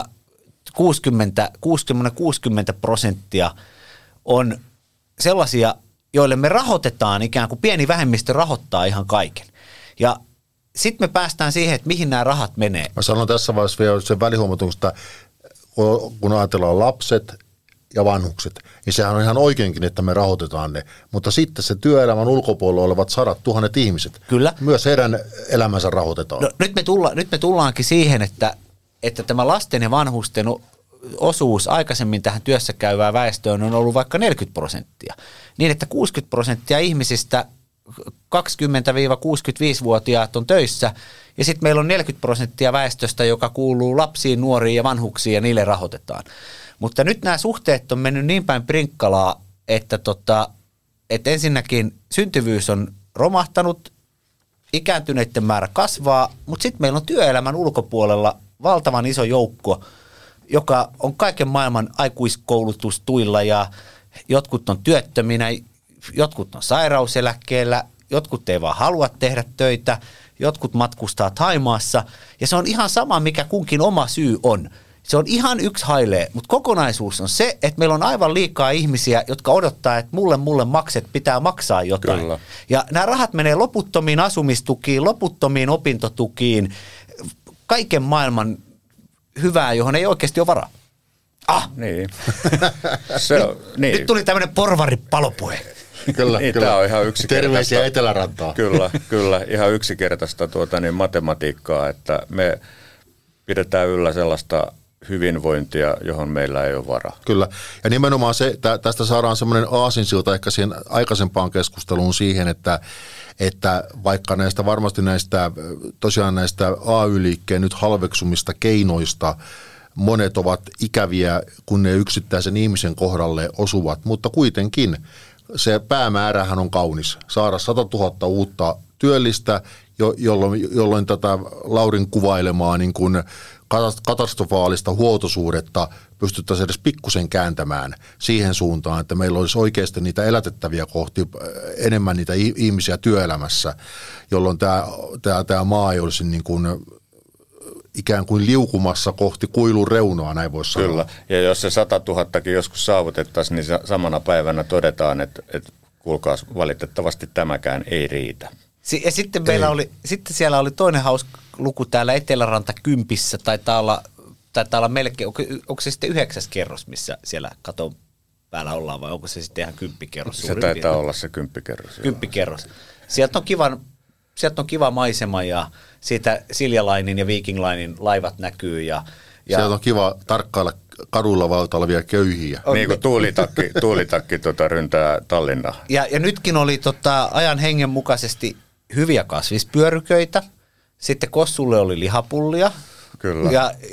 [SPEAKER 5] 60% on sellaisia, joille me rahoitetaan, ikään kuin pieni vähemmistö rahoittaa ihan kaiken. Ja sitten me päästään siihen, että mihin nämä rahat menee.
[SPEAKER 3] Mä sanon tässä vaiheessa vielä sen välihuomautuksen, että kun ajatellaan lapset ja vanhukset, niin sehän on ihan oikeinkin, että me rahoitetaan ne. Mutta sitten se työelämän ulkopuolella olevat 100 000 ihmiset,
[SPEAKER 5] kyllä,
[SPEAKER 3] myös heidän elämänsä rahoitetaan.
[SPEAKER 5] No, nyt me tullaankin siihen, että tämä lasten ja vanhusten osuus aikaisemmin tähän työssä käyvään väestöön on ollut vaikka 40%. Niin, että 60% ihmisistä 20-65-vuotiaat on töissä, ja sitten meillä on 40% väestöstä, joka kuuluu lapsiin, nuoriin ja vanhuksiin, ja niille rahoitetaan. Mutta nyt nämä suhteet on mennyt niin päin prinkkalaa, että ensinnäkin syntyvyys on romahtanut, ikääntyneiden määrä kasvaa, mutta sitten meillä on työelämän ulkopuolella valtavan iso joukko, joka on kaiken maailman aikuiskoulutustuilla ja jotkut on työttöminä, jotkut on sairauseläkkeellä, jotkut ei vaan halua tehdä töitä, jotkut matkustaa Thaimaassa ja se on ihan sama, mikä kunkin oma syy on. Se on ihan yksi hailee, mutta kokonaisuus on se, että meillä on aivan liikaa ihmisiä, jotka odottaa, että mulle makset pitää maksaa jotain. Kyllä. Ja nämä rahat menee loputtomiin asumistukiin, loputtomiin opintotukiin, kaiken maailman hyvää, johon ei oikeasti ole varaa.
[SPEAKER 4] Niin.
[SPEAKER 5] Nyt tuli tämmöinen porvaripalopuhe.
[SPEAKER 3] Kyllä,
[SPEAKER 4] niin,
[SPEAKER 3] kyllä.
[SPEAKER 4] Tämä on ihan yksinkertaista.
[SPEAKER 3] Terveisiä Etelärantaa.
[SPEAKER 4] Kyllä, ihan yksinkertaista matematiikkaa, että me pidetään yllä sellaista hyvinvointia, johon meillä ei ole varaa.
[SPEAKER 3] Kyllä, ja nimenomaan tästä saadaan semmoinen aasinsilta ehkä siihen aikaisempaan keskusteluun siihen, että vaikka varmasti näistä AY-liikkeen nyt halveksumista keinoista monet ovat ikäviä, kun ne yksittäisen ihmisen kohdalle osuvat, mutta kuitenkin se päämäärähän on kaunis. Saada 100 000 uutta työllistä, jolloin tätä Laurin kuvailemaa niin kuin katastrofaalista huoltosuhdetta pystyttäisiin edes pikkusen kääntämään siihen suuntaan, että meillä olisi oikeasti niitä elätettäviä kohti enemmän niitä ihmisiä työelämässä, jolloin tämä maa ei olisi niin kuin ikään kuin liukumassa kohti kuilun reunaa, näin voisi sanoa.
[SPEAKER 4] Kyllä, ja jos se 100 000kin joskus saavutettaisiin, niin samana päivänä todetaan, että kuulkaas, valitettavasti tämäkään ei riitä.
[SPEAKER 5] Ja sitten siellä oli toinen hauska luku täällä Eteläranta 10, taitaa olla melkein, onko se sitten 9. kerros, missä siellä katon päällä ollaan, vai onko se sitten ihan 10 kerros?
[SPEAKER 4] Se taitaa olla se 10 kerros.
[SPEAKER 5] 10 kerros. Sieltä on kiva maisema ja siitä Silja Linein ja Viking Linein laivat näkyy. Ja
[SPEAKER 3] sieltä on kiva tarkkailla kadulla valtailevia köyhiä.
[SPEAKER 4] Niin kuin tuulitakki ryntää Tallinnaa.
[SPEAKER 5] Ja nytkin oli ajan hengen mukaisesti hyviä kasvispyöryköitä. Sitten Kossulle oli lihapullia.
[SPEAKER 4] Kyllä.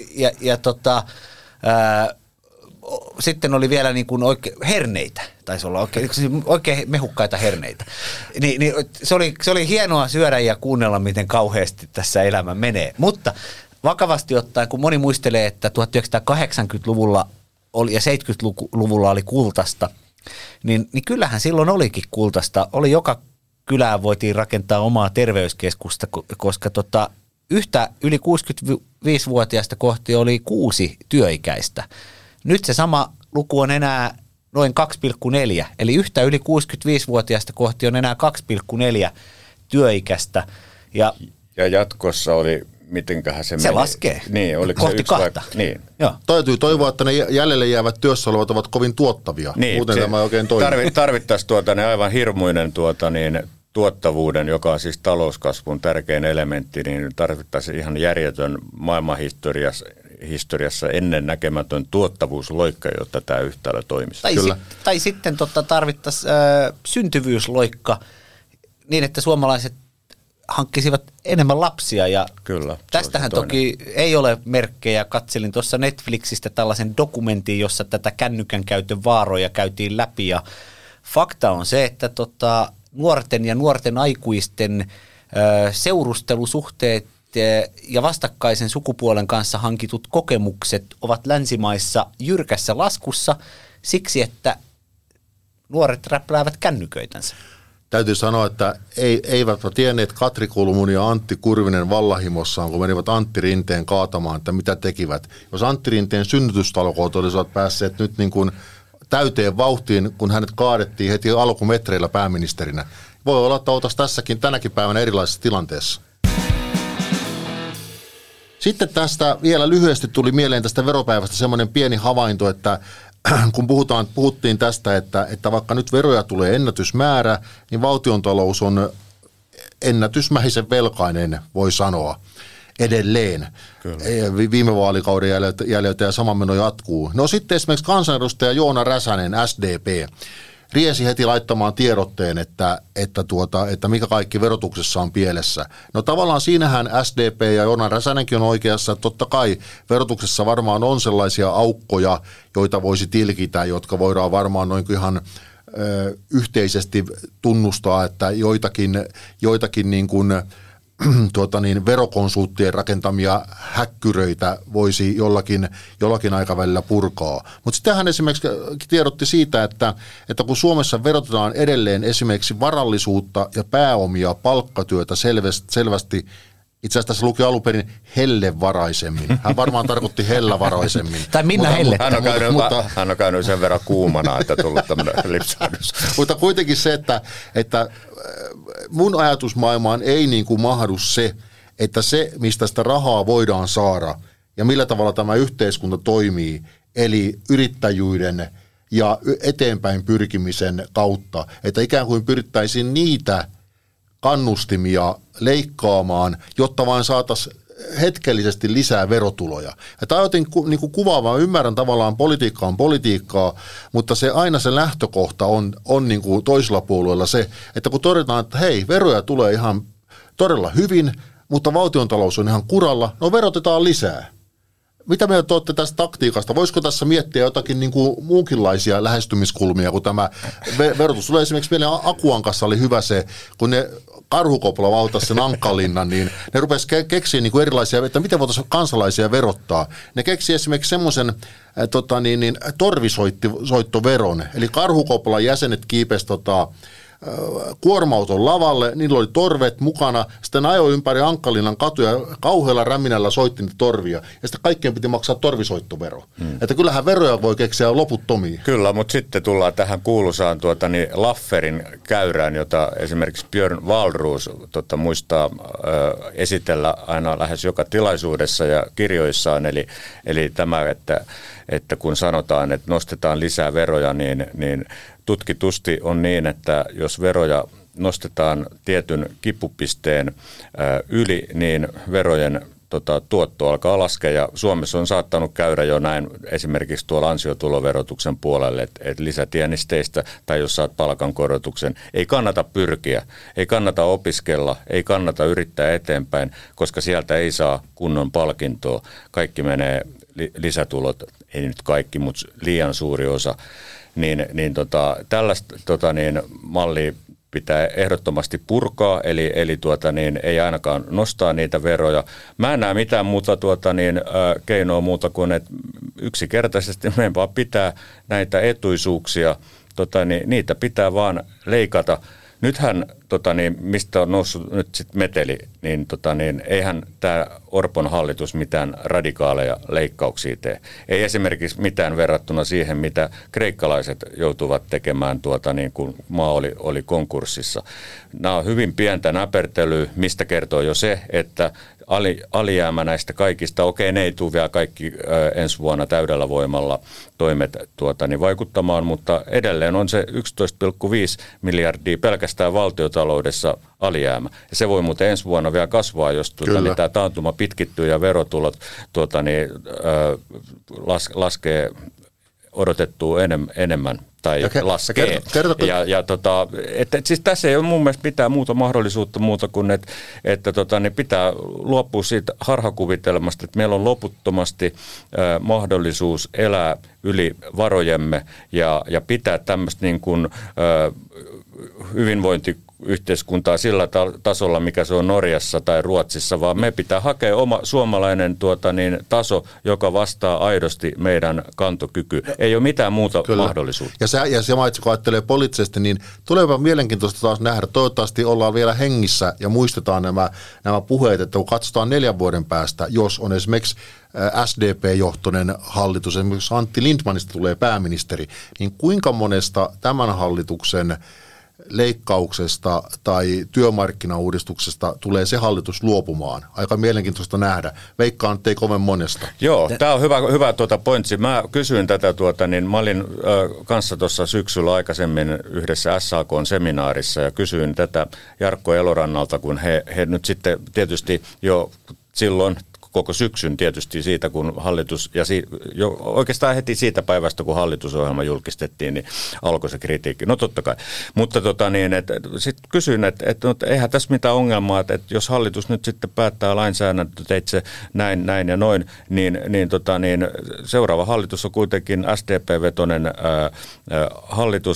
[SPEAKER 5] Sitten oli vielä niin kuin herneitä, taisi olla oikein mehukkaita herneitä. Se oli hienoa syödä ja kuunnella, miten kauheasti tässä elämä menee. Mutta vakavasti ottaen, kun moni muistelee, että 1980-luvulla ja 70-luvulla oli kultasta, niin kyllähän silloin olikin kultasta. Joka kylään voitiin rakentaa omaa terveyskeskusta, koska yhtä yli 65-vuotiaista kohti oli 6 työikäistä. Nyt se sama luku on enää noin 2,4, eli yhtä yli 65-vuotiaista kohti on enää 2,4 työikäistä. Ja
[SPEAKER 4] jatkossa oli, mitenköhän se meni?
[SPEAKER 5] Se laskee.
[SPEAKER 4] Niin, oliko
[SPEAKER 5] kohti
[SPEAKER 4] se
[SPEAKER 5] 2.
[SPEAKER 4] Niin.
[SPEAKER 3] Täytyy toivoa, että ne jäljelle jäävät työssä olevat ovat kovin tuottavia.
[SPEAKER 4] Niin,
[SPEAKER 3] muuten tämä ei oikein toimi.
[SPEAKER 4] Tarvittaisiin aivan hirmuinen tuottavuuden, joka on siis talouskasvun tärkein elementti, niin tarvittaisiin ihan järjetön maailmanhistoriassa ennen näkemätön tuottavuusloikka, jotta tämä yhtälö toimisi.
[SPEAKER 5] Tai sitten tarvittaisiin syntyvyysloikka niin, että suomalaiset hankkisivat enemmän lapsia. Ja
[SPEAKER 4] kyllä,
[SPEAKER 5] tästähän toki ei ole merkkejä. Katselin tuossa Netflixistä tällaisen dokumentin, jossa tätä kännykän käytön vaaroja käytiin läpi. Ja fakta on se, että nuorten ja nuorten aikuisten seurustelusuhteet ja vastakkaisen sukupuolen kanssa hankitut kokemukset ovat länsimaissa jyrkässä laskussa siksi, että nuoret räpläävät kännyköitänsä.
[SPEAKER 3] Täytyy sanoa, että eivät tienneet Katri Kulmuni ja Antti Kurvinen vallahimossaan, kun menivät Antti Rinteen kaatamaan, että mitä tekivät. Jos Antti Rinteen synnytystalkoot olisivat päässeet nyt niin kuin täyteen vauhtiin, kun hänet kaadettiin heti alkumetreillä pääministerinä. Voi olla, että oltaisiin tänäkin päivänä erilaisessa tilanteessa. Sitten tästä vielä lyhyesti tuli mieleen tästä veropäivästä semmoinen pieni havainto, että kun puhuttiin tästä, että vaikka nyt veroja tulee ennätysmäärä, niin valtiontalous on ennätysmäisen velkainen, voi sanoa, edelleen. Kyllä. Viime vaalikauden jäljiltä ja sama meno jatkuu. No sitten esimerkiksi kansanedustaja Joona Räsänen, SDP, riesi heti laittamaan tiedotteen, että mikä kaikki verotuksessa on pielessä. No tavallaan siinähän SDP ja Joona Räsänenkin on oikeassa, että totta kai verotuksessa varmaan on sellaisia aukkoja, joita voisi tilkitä, jotka voidaan varmaan noin ihan yhteisesti tunnustaa, että joitakin niin kuin verokonsulttien rakentamia häkkyröitä voisi jollakin aikavälillä purkaa. Mutta sitten hän esimerkiksi tiedotti siitä, että kun Suomessa verotetaan edelleen esimerkiksi varallisuutta ja pääomia palkkatyötä selvästi, itse asiassa tässä luki alun perin hellevaraisemmin. Hän varmaan tarkoitti hellävaraisemmin.
[SPEAKER 5] Tai Minna Helle.
[SPEAKER 4] Hän on käynyt sen verran kuumana, että tullut tämmöinen lipsahdus.
[SPEAKER 3] Mutta kuitenkin se, että mun ajatusmaailmaan ei niin kuin mahdu se, että se, mistä sitä rahaa voidaan saada ja millä tavalla tämä yhteiskunta toimii, eli yrittäjyyden ja eteenpäin pyrkimisen kautta, että ikään kuin pyrittäisiin niitä kannustimia leikkaamaan, jotta vain saataisiin hetkellisesti lisää verotuloja. Ja tämä on niin kuvaava, ymmärrän tavallaan politiikka on politiikkaa, mutta aina se lähtökohta on niin kuin toisella puolueella se, että kun todetaan, että hei, veroja tulee ihan todella hyvin, mutta valtiontalous on ihan kuralla, no verotetaan lisää. Mitä mieltä olette tästä taktiikasta? Voisiko tässä miettiä jotakin niin kuin muunkinlaisia lähestymiskulmia, kun tämä verotus tulee esimerkiksi meille Akuankassa oli hyvä se, kun ne Karhukopola valtasi sen Ankkalinnan, niin ne rupesi keksiä niin kuin erilaisia, että miten voitaisiin kansalaisia verottaa. Ne keksi esimerkiksi semmoisen torvisoittoveron, eli Karhukopolan jäsenet kiipesi kuorma-auton lavalle, niillä oli torvet mukana, sitten ajoi ympäri Ankkalinnan katuja, kauhealla räminällä soitti niitä torvia, ja sitten kaikkien piti maksaa torvisoittovero. Että kyllähän veroja voi keksiä loputtomia.
[SPEAKER 4] Kyllä, mutta sitten tullaan tähän kuuluisaan Lafferin käyrään, jota esimerkiksi Björn Wahlroos muistaa esitellä aina lähes joka tilaisuudessa ja kirjoissaan, eli tämä, että kun sanotaan, että nostetaan lisää veroja, niin tutkitusti on niin, että jos veroja nostetaan tietyn kipupisteen yli, niin verojen tuotto alkaa laskea. Ja Suomessa on saattanut käydä jo näin esimerkiksi tuolla ansiotuloverotuksen puolelle, että lisätienisteistä tai jos saat palkankorotuksen, ei kannata pyrkiä, ei kannata opiskella, ei kannata yrittää eteenpäin, koska sieltä ei saa kunnon palkintoa. Kaikki menee lisätulot, ei nyt kaikki, mutta liian suuri osa. Tällaista mallia pitää ehdottomasti purkaa, eli ei ainakaan nostaa niitä veroja. Mä en näe mitään muuta keinoa muuta kuin, että yksinkertaisesti meidän vaan pitää näitä etuisuuksia, niitä pitää vaan leikata. Nythän, mistä on noussut nyt sitten meteli, niin eihän tämä Orpon hallitus mitään radikaaleja leikkauksia tee. Ei esimerkiksi mitään verrattuna siihen, mitä kreikkalaiset joutuvat tekemään, kun maa oli konkurssissa. Nämä on hyvin pientä näpertelyä, mistä kertoo jo se, että alijäämä näistä kaikista, ne ei tule vielä kaikki ensi vuonna täydellä voimalla toimet vaikuttamaan, mutta edelleen on se 11,5 miljardia pelkästään valtiotaloudessa alijäämä. Ja se voi muuten ensi vuonna vielä kasvaa, jos tämä taantuma pitkittyy ja verotulot laskee odotettua enemmän tai laskee. Siis tässä ei ole mun mielestä mitään muuta mahdollisuutta muuta kuin, että pitää luopua siitä harhakuvitelmasta, että meillä on loputtomasti mahdollisuus elää yli varojemme ja pitää tämmöistä niin kuin hyvinvointiyhteiskuntaa sillä tasolla, mikä se on Norjassa tai Ruotsissa, vaan me pitää hakea oma suomalainen taso, joka vastaa aidosti meidän kantokyky. Ei ole mitään muuta mahdollisuutta.
[SPEAKER 3] Ja se mainitsi, kun ajattelee poliittisesti, niin tuleepa mielenkiintoista taas nähdä. Toivottavasti ollaan vielä hengissä ja muistetaan nämä puheet, että kun katsotaan 4 vuoden päästä, jos on esimerkiksi SDP-johtoinen hallitus, esimerkiksi Antti Lindmanista tulee pääministeri, niin kuinka monesta tämän hallituksen leikkauksesta tai työmarkkinauudistuksesta tulee se hallitus luopumaan? Aika mielenkiintoista nähdä. Veikkaan, ettei kovin monesta.
[SPEAKER 4] Joo, tämä on hyvä pointsi. Mä kysyin tätä, mä olin kanssa tuossa syksyllä aikaisemmin yhdessä SAK-seminaarissa ja kysyin tätä Jarkko Elorannalta, kun he nyt sitten tietysti jo silloin koko syksyn tietysti siitä, kun hallitus, ja oikeastaan heti siitä päivästä, kun hallitusohjelma julkistettiin, niin alkoi se kritiikki. No totta kai. Mutta sitten kysyin, että eihän tässä mitään ongelmaa, että jos hallitus nyt sitten päättää lainsäädäntöteitse näin ja noin, niin seuraava hallitus on kuitenkin SDP-vetoinen hallitus,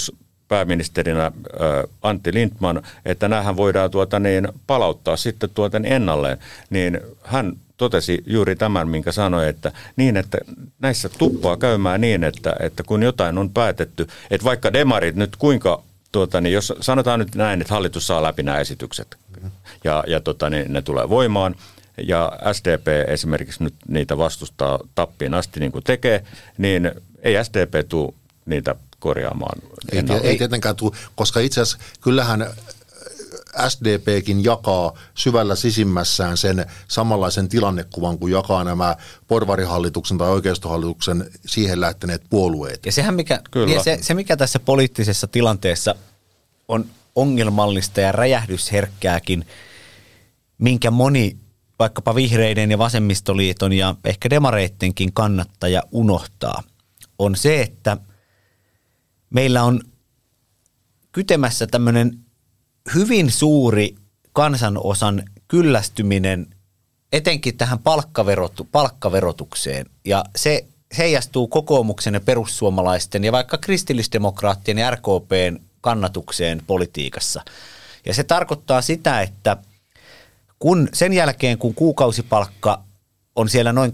[SPEAKER 4] pääministerinä Antti Lindtman, että näähän voidaan palauttaa sitten ennalleen, niin hän totesi juuri tämän, minkä sanoi, että näissä tuppaa käymään niin, että kun jotain on päätetty, että vaikka demarit nyt kuinka, jos sanotaan nyt näin, että hallitus saa läpi nämä esitykset ja ne tulee voimaan, ja SDP esimerkiksi nyt niitä vastustaa tappiin asti niin kuin tekee, niin ei SDP tule niitä korjaamaan.
[SPEAKER 3] Ei tietenkään tule, koska itse asiassa kyllähän SDPkin jakaa syvällä sisimmässään sen samanlaisen tilannekuvan, kuin jakaa nämä porvarihallituksen tai oikeistohallituksen siihen lähteneet puolueet.
[SPEAKER 5] Ja sehän se mikä tässä poliittisessa tilanteessa on ongelmallista ja räjähdysherkkääkin, minkä moni vaikkapa vihreiden ja vasemmistoliiton ja ehkä demareittenkin kannattaja unohtaa, on se, että meillä on kytemässä tämmöinen hyvin suuri kansanosan kyllästyminen etenkin tähän palkkaverotukseen, ja se heijastuu kokoomuksen ja perussuomalaisten ja vaikka kristillisdemokraattien ja RKPn kannatukseen politiikassa. Ja se tarkoittaa sitä, että sen jälkeen kun kuukausipalkka on siellä noin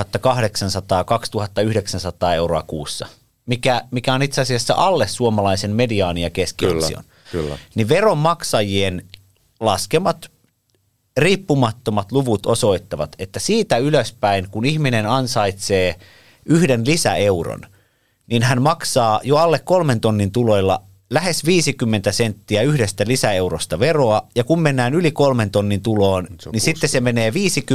[SPEAKER 5] 2800-2900 euroa kuussa, mikä on itse asiassa alle suomalaisen mediaani ja keskiansion, niin veronmaksajien laskemat riippumattomat luvut osoittavat, että siitä ylöspäin, kun ihminen ansaitsee 1 lisäeuron, niin hän maksaa jo alle 3 tonnin tuloilla lähes 50 senttiä 1 lisäeurosta veroa, ja kun mennään yli 3 tonnin tuloon, niin sitten se menee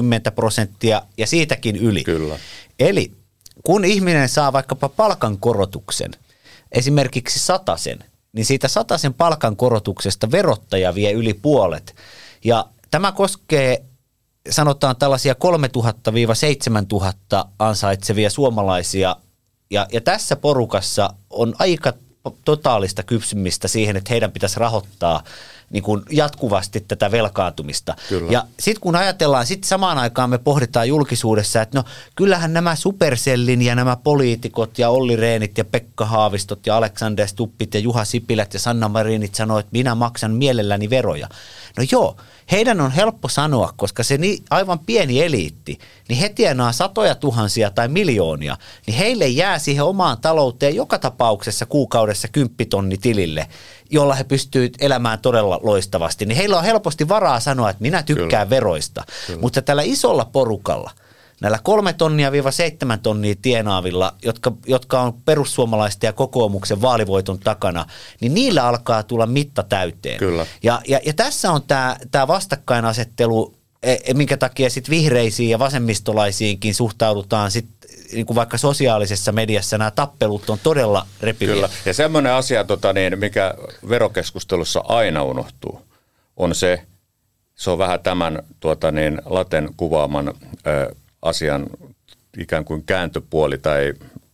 [SPEAKER 5] 50% ja siitäkin yli.
[SPEAKER 4] Kyllä.
[SPEAKER 5] Eli kun ihminen saa vaikkapa palkankorotuksen, esimerkiksi 100, niin siitä 100 palkankorotuksesta verottaja vie yli puolet. Ja tämä koskee, sanotaan tällaisia 3 000–7 000 ansaitsevia suomalaisia, ja tässä porukassa on aika totaalista kypsymistä siihen, että heidän pitäisi rahoittaa niin kuin jatkuvasti tätä velkaantumista.
[SPEAKER 4] Kyllä.
[SPEAKER 5] Ja sitten kun ajatellaan, sitten samaan aikaan me pohditaan julkisuudessa, että no kyllähän nämä Supercellin ja nämä poliitikot ja Olli Rehnit ja Pekka Haavistot ja Alexander Stubbit ja Juha Sipilät ja Sanna Marinit sanoo, että minä maksan mielelläni veroja. No joo, heidän on helppo sanoa, koska se aivan pieni eliitti, niin he tienaa 100 000 tai miljoonia, niin heille jää siihen omaan talouteen joka tapauksessa kuukaudessa 10 000 tilille, jolla he pystyvät elämään todella loistavasti. Niin heillä on helposti varaa sanoa, että minä tykkään veroista. Kyllä. Mutta tällä isolla porukalla, näillä 3 tonnia–7 tonnia tienaavilla, jotka on perussuomalaisten ja kokoomuksen vaalivoiton takana, niin niillä alkaa tulla mitta täyteen.
[SPEAKER 4] Kyllä.
[SPEAKER 5] Ja tässä on tämä vastakkainasettelu, minkä takia sitten vihreisiin ja vasemmistolaisiinkin suhtaudutaan sitten, niin kuin vaikka sosiaalisessa mediassa nämä tappelut on todella repiviä.
[SPEAKER 4] Kyllä, ja semmoinen asia, mikä verokeskustelussa aina unohtuu, on se on vähän tämän Laten kuvaaman asian ikään kuin kääntöpuoli tai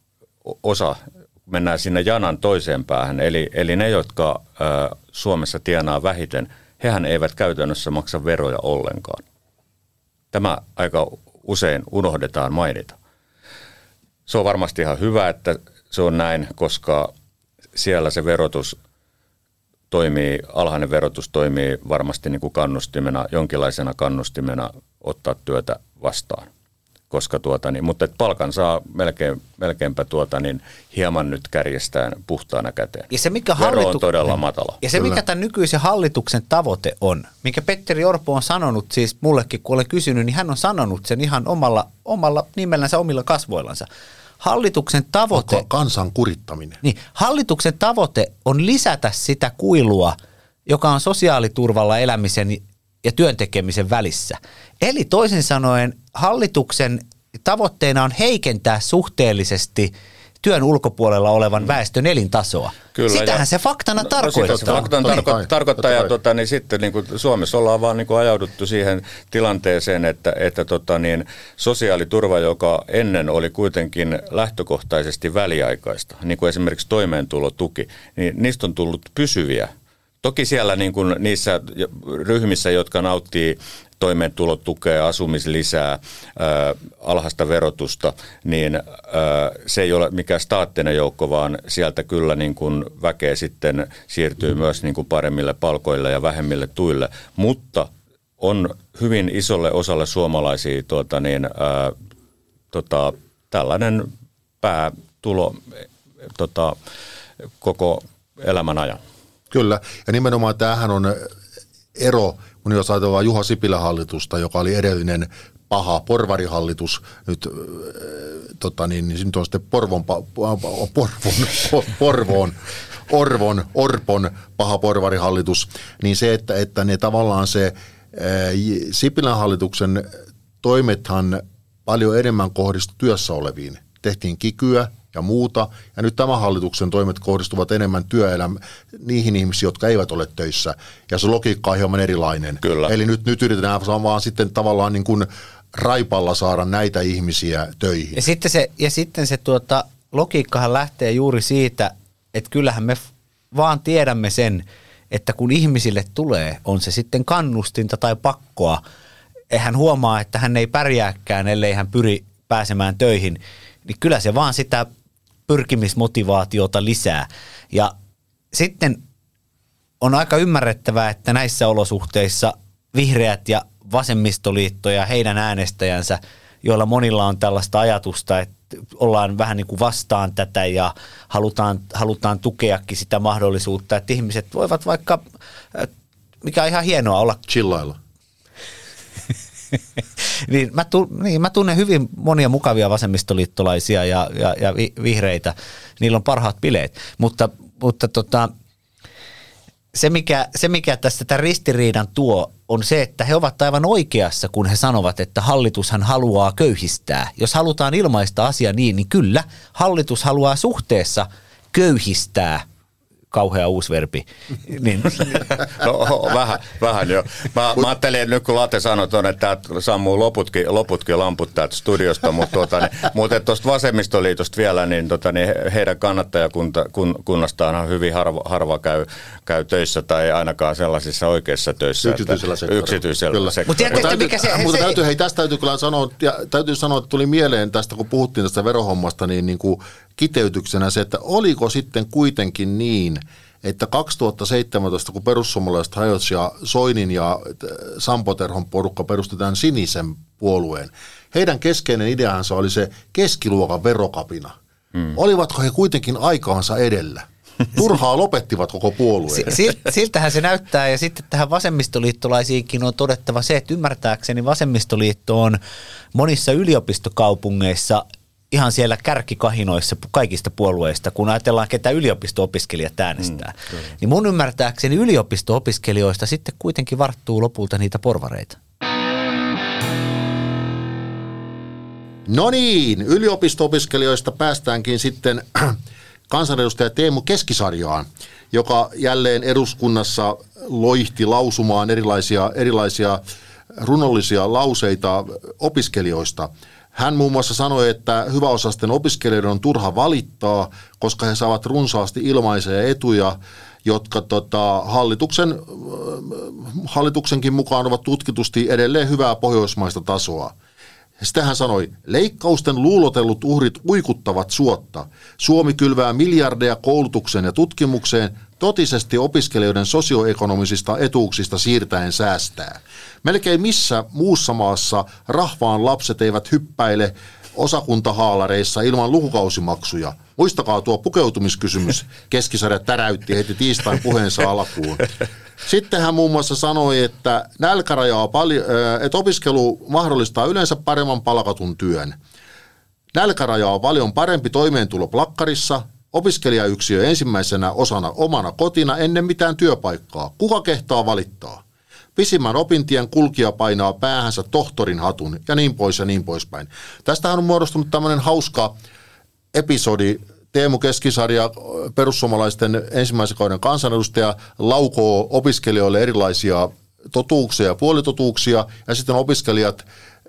[SPEAKER 4] osa, mennään sinne janan toiseen päähän. Eli ne, jotka Suomessa tienaa vähiten, hehän eivät käytännössä maksa veroja ollenkaan. Tämä aika usein unohdetaan mainita. Se on varmasti ihan hyvä, että se on näin, koska siellä se verotus toimii, alhainen verotus toimii varmasti niin kuin kannustimena, jonkinlaisena kannustimena ottaa työtä vastaan. Koska mutta palkan saa melkeinpä hieman nyt kärjestään puhtaana käteen.
[SPEAKER 5] Ja se, mikä
[SPEAKER 4] vero on todella matala.
[SPEAKER 5] Ja se, mikä tämän nykyisen hallituksen tavoite on, minkä Petteri Orpo on sanonut, siis mullekin kun olen kysynyt, niin hän on sanonut sen ihan omalla nimellänsä, omilla kasvoillansa. Hallituksen tavoite...
[SPEAKER 3] Kansan kurittaminen.
[SPEAKER 5] Niin, hallituksen tavoite on lisätä sitä kuilua, joka on sosiaaliturvalla elämisen ja työntekemisen välissä. Eli toisin sanoen hallituksen tavoitteena on heikentää suhteellisesti työn ulkopuolella olevan väestön elintasoa. Kyllä, sitähän se faktana tarkoittaa.
[SPEAKER 4] Se faktana tarkoittaa, ja niin sitten niin kuin Suomessa ollaan vaan niin kuin ajauduttu siihen tilanteeseen, että sosiaaliturva, joka ennen oli kuitenkin lähtökohtaisesti väliaikaista, niin kuin esimerkiksi toimeentulotuki, niin niistä on tullut pysyviä Toki siellä niin kuin niissä ryhmissä, jotka nauttii toimeentulotukea, asumislisää, alhaista verotusta, niin se ei ole mikään staattinen joukko, vaan sieltä kyllä niin kuin väkeä sitten siirtyy myös niin kuin paremmille palkoille ja vähemmille tuille, mutta on hyvin isolle osalle suomalaisia tällainen päätulo koko elämän ajan.
[SPEAKER 3] Kyllä, ja nimenomaan tämähän on ero, kun jos ajatellaan Juha Sipilän hallitusta, joka oli edellinen paha porvarihallitus, nyt nyt on sitten Orpon paha porvarihallitus, niin se, että ne tavallaan se Sipilän hallituksen toimethan paljon enemmän kohdistui työssä oleviin. Tehtiin kikyä ja muuta, ja nyt tämän hallituksen toimet kohdistuvat enemmän niihin ihmisiin, jotka eivät ole töissä, ja se logiikka on hieman erilainen.
[SPEAKER 4] Kyllä.
[SPEAKER 3] Eli nyt yritetään vaan sitten tavallaan niin kuin raipalla saada näitä ihmisiä töihin.
[SPEAKER 5] Ja sitten se logiikkahan lähtee juuri siitä, että kyllähän me vaan tiedämme sen, että kun ihmisille tulee, on se sitten kannustinta tai pakkoa, hän huomaa, että hän ei pärjääkään, ellei hän pyri pääsemään töihin, niin kyllä se vaan sitä pyrkimismotivaatiota lisää. Ja sitten on aika ymmärrettävää, että näissä olosuhteissa vihreät ja vasemmistoliitto ja heidän äänestäjänsä, joilla monilla on tällaista ajatusta, että ollaan vähän niin kuin vastaan tätä ja halutaan tukeakin sitä mahdollisuutta, että ihmiset voivat vaikka, mikä on ihan hienoa olla.
[SPEAKER 3] Chillailla.
[SPEAKER 5] Mä tunnen hyvin monia mukavia vasemmistoliittolaisia ja vihreitä. Niillä on parhaat bileet, mutta se mikä tästä tämän ristiriidan tuo, on se, että he ovat aivan oikeassa, kun he sanovat, että hallitushan haluaa köyhistää. Jos halutaan ilmaista asia niin kyllä, hallitus haluaa suhteessa köyhistää. Kauhea uusi verbi. Niin.
[SPEAKER 4] No, vähän jo. Mä ajattelin, että nyt kun Late sanoi tuonne, että sammuu loputkin lamput täältä studiosta, mutta tuosta vasemmistoliitosta vielä, niin heidän kannattajakunnastaan hyvin harva käy töissä tai ainakaan sellaisissa oikeissa töissä. Yksityisellä sektorilla.
[SPEAKER 3] Tästä täytyy kyllä sanoa, että tuli mieleen tästä, kun puhuttiin tästä verohommasta, niin kuin kiteytyksenä se, että oliko sitten kuitenkin niin, että 2017, kun perussuomalaiset hajosi ja Soinin ja Sampo Terhon porukka perustetaan sinisen puolueen, heidän keskeinen ideansa oli se keskiluokan verokapina. Olivatko he kuitenkin aikaansa edellä? Turhaa lopettivat koko puolueen.
[SPEAKER 5] Siltähän se näyttää, ja sitten tähän vasemmistoliittolaisiinkin on todettava se, että ymmärtääkseni vasemmistoliitto on monissa yliopistokaupungeissa ihan siellä kärkikahinoissa kaikista puolueista, kun ajatellaan, ketä yliopisto-opiskelijat äänestää. Niin mun ymmärtääkseni yliopisto-opiskelijoista sitten kuitenkin varttuu lopulta niitä porvareita.
[SPEAKER 3] No niin, yliopisto-opiskelijoista päästäänkin sitten kansanedustaja Teemu Keskisarjaan, joka jälleen eduskunnassa loihti lausumaan erilaisia runollisia lauseita opiskelijoista. Hän muun muassa sanoi, että hyväosaisten opiskelijoiden on turha valittaa, koska he saavat runsaasti ilmaisia etuja, jotka hallituksenkin mukaan ovat tutkitusti edelleen hyvää pohjoismaista tasoa. Sitten hän sanoi, leikkausten luulotellut uhrit uikuttavat suotta. Suomi kylvää miljardeja koulutukseen ja tutkimukseen, totisesti opiskelijoiden sosioekonomisista etuuksista siirtäen säästää. Melkein missä muussa maassa rahvaan lapset eivät hyppäile osakuntahaalareissa ilman lukukausimaksuja. Muistakaa tuo pukeutumiskysymys, Keskisarja täräytti heti tiistain puheensa alkuun. Sitten hän muun muassa sanoi, että että opiskelu mahdollistaa yleensä paremman palkatun työn. Nälkäraja on paljon parempi toimeentulo plakkarissa, opiskelijayksiö ensimmäisenä osana omana kotina ennen mitään työpaikkaa. Kuka kehtaa valittaa? Pisimmän opintien kulkija painaa päähänsä tohtorin hatun ja niin pois ja niin poispäin. Tästähän on muodostunut tämmöinen hauska episodi. Teemu Keskisarja, perussuomalaisten ensimmäisen kauden kansanedustaja, laukoo opiskelijoille erilaisia totuuksia ja puolitotuuksia, ja sitten opiskelijat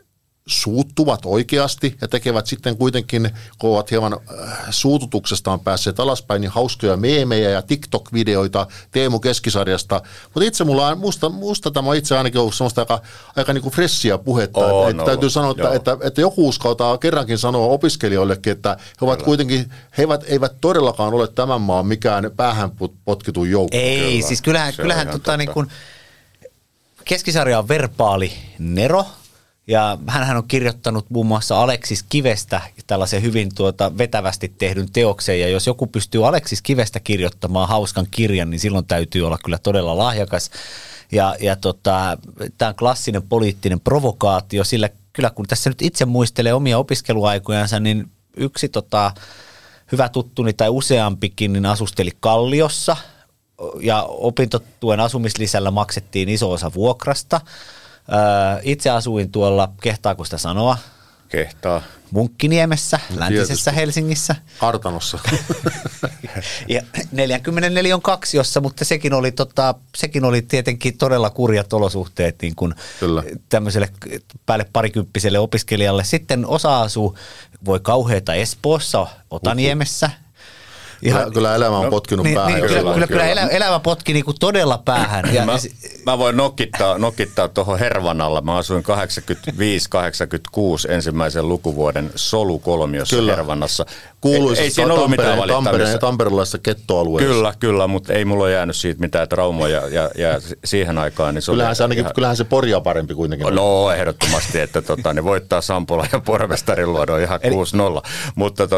[SPEAKER 3] suuttuvat oikeasti ja tekevät sitten kuitenkin, kun ovat hieman suututuksestaan päässeet alaspäin, niin hauskoja meemejä ja TikTok-videoita Teemu Keskisarjasta. Mutta itse musta tämä itse ainakin ollut sellaista aika niin kuin freshia puhetta. Täytyy sanoa, että joku uskaltaa kerrankin sanoa opiskelijoillekin, että he ovat kuitenkin, he eivät todellakaan ole tämän maan mikään päähän potkitun joukko.
[SPEAKER 5] Ei, siis kyllähän niin kuin Keskisarja on verbaali nero. Ja hänhän on kirjoittanut muun muassa Aleksis Kivestä tällaisen hyvin vetävästi tehdyn teoksen, ja jos joku pystyy Aleksis Kivestä kirjoittamaan hauskan kirjan, niin silloin täytyy olla kyllä todella lahjakas. Ja tämä on klassinen poliittinen provokaatio, sillä kyllä kun tässä nyt itse muistelee omia opiskeluaikojansa, niin yksi hyvä tuttuni tai useampikin niin asusteli Kalliossa, ja opintotuen asumislisällä maksettiin iso osa vuokrasta. Itse asuin tuolla, kehtaako sitä sanoa?
[SPEAKER 4] Kehtaa.
[SPEAKER 5] Munkkiniemessä, läntisessä Helsingissä.
[SPEAKER 3] Kartanossa.
[SPEAKER 5] Ja 44 kaksiossa, mutta sekin oli tietenkin todella kurjat olosuhteet niin kuin tämmöiselle päälle parikymppiselle opiskelijalle. Sitten osa asuu, voi kauheata Espoossa, Otaniemessä.
[SPEAKER 3] Kyllä elämä on potkinut päähän.
[SPEAKER 5] Kyllä elämä potki niinku todella päähän.
[SPEAKER 4] Mä voin nokittaa tuohon Hervannalla. Mä asuin 85-86 ensimmäisen lukuvuoden solukolmiossa Hervannassa.
[SPEAKER 3] Kuuluisessa tamperelaisessa kettoalueessa.
[SPEAKER 4] Kyllä, mutta ei mulla ole jäänyt siitä mitään traumoja ja siihen aikaan. Niin
[SPEAKER 3] kyllähän se Poria parempi kuitenkin.
[SPEAKER 4] No ehdottomasti, että niin voittaa Sampola ja pormestarin luodon ihan 6-0. Mutta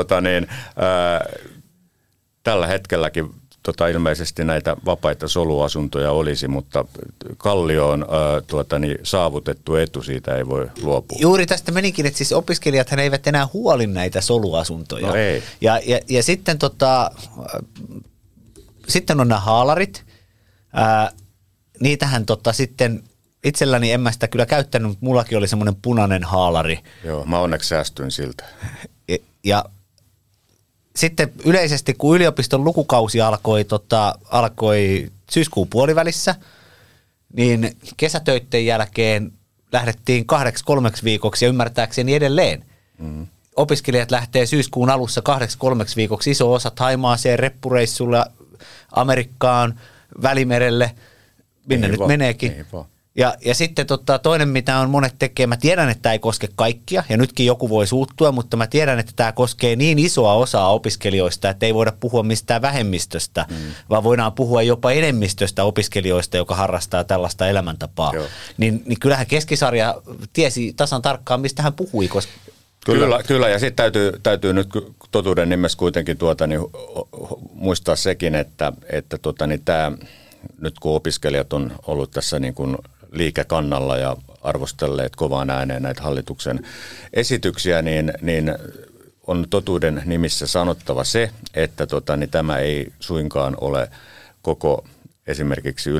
[SPEAKER 4] tällä hetkelläkin ilmeisesti näitä vapaita soluasuntoja olisi, mutta Kallioon saavutettu etu siitä ei voi luopua.
[SPEAKER 5] Juuri tästä menikin, että siis opiskelijathan eivät enää huoli näitä soluasuntoja.
[SPEAKER 4] No ei.
[SPEAKER 5] Ja sitten, sitten on nämä haalarit. Niitähän sitten itselläni en mä sitä kyllä käyttänyt, mutta mullakin oli semmoinen punainen haalari.
[SPEAKER 4] Joo, mä onneksi säästyin siltä.
[SPEAKER 5] Ja sitten yleisesti, kun yliopiston lukukausi alkoi syyskuun puolivälissä, niin kesätöitten jälkeen lähdettiin 2-3 viikoksi ja ymmärtääkseni edelleen. Mm. Opiskelijat lähtee syyskuun alussa 2-3 viikoksi, iso osa Thaimaaseen, reppureissulle, Amerikkaan, Välimerelle, minne nyt meneekin. Ja sitten toinen, mitä on monet tekee, mä tiedän, että tämä ei koske kaikkia, ja nytkin joku voi suuttua, mutta mä tiedän, että tämä koskee niin isoa osaa opiskelijoista, että ei voida puhua mistään vähemmistöstä, vaan voidaan puhua jopa enemmistöstä opiskelijoista, joka harrastaa tällaista elämäntapaa. Niin kyllähän Keskisarja tiesi tasan tarkkaan, mistä hän puhui, koska
[SPEAKER 4] Kyllä, ja sitten täytyy nyt totuuden nimessä kuitenkin muistaa sekin, että tämä, nyt kun opiskelijat on ollut tässä niin kuin liikekannalla ja arvostelleet kovaan ääneen näitä hallituksen esityksiä, niin on totuuden nimissä sanottava se, että tämä ei suinkaan ole koko esimerkiksi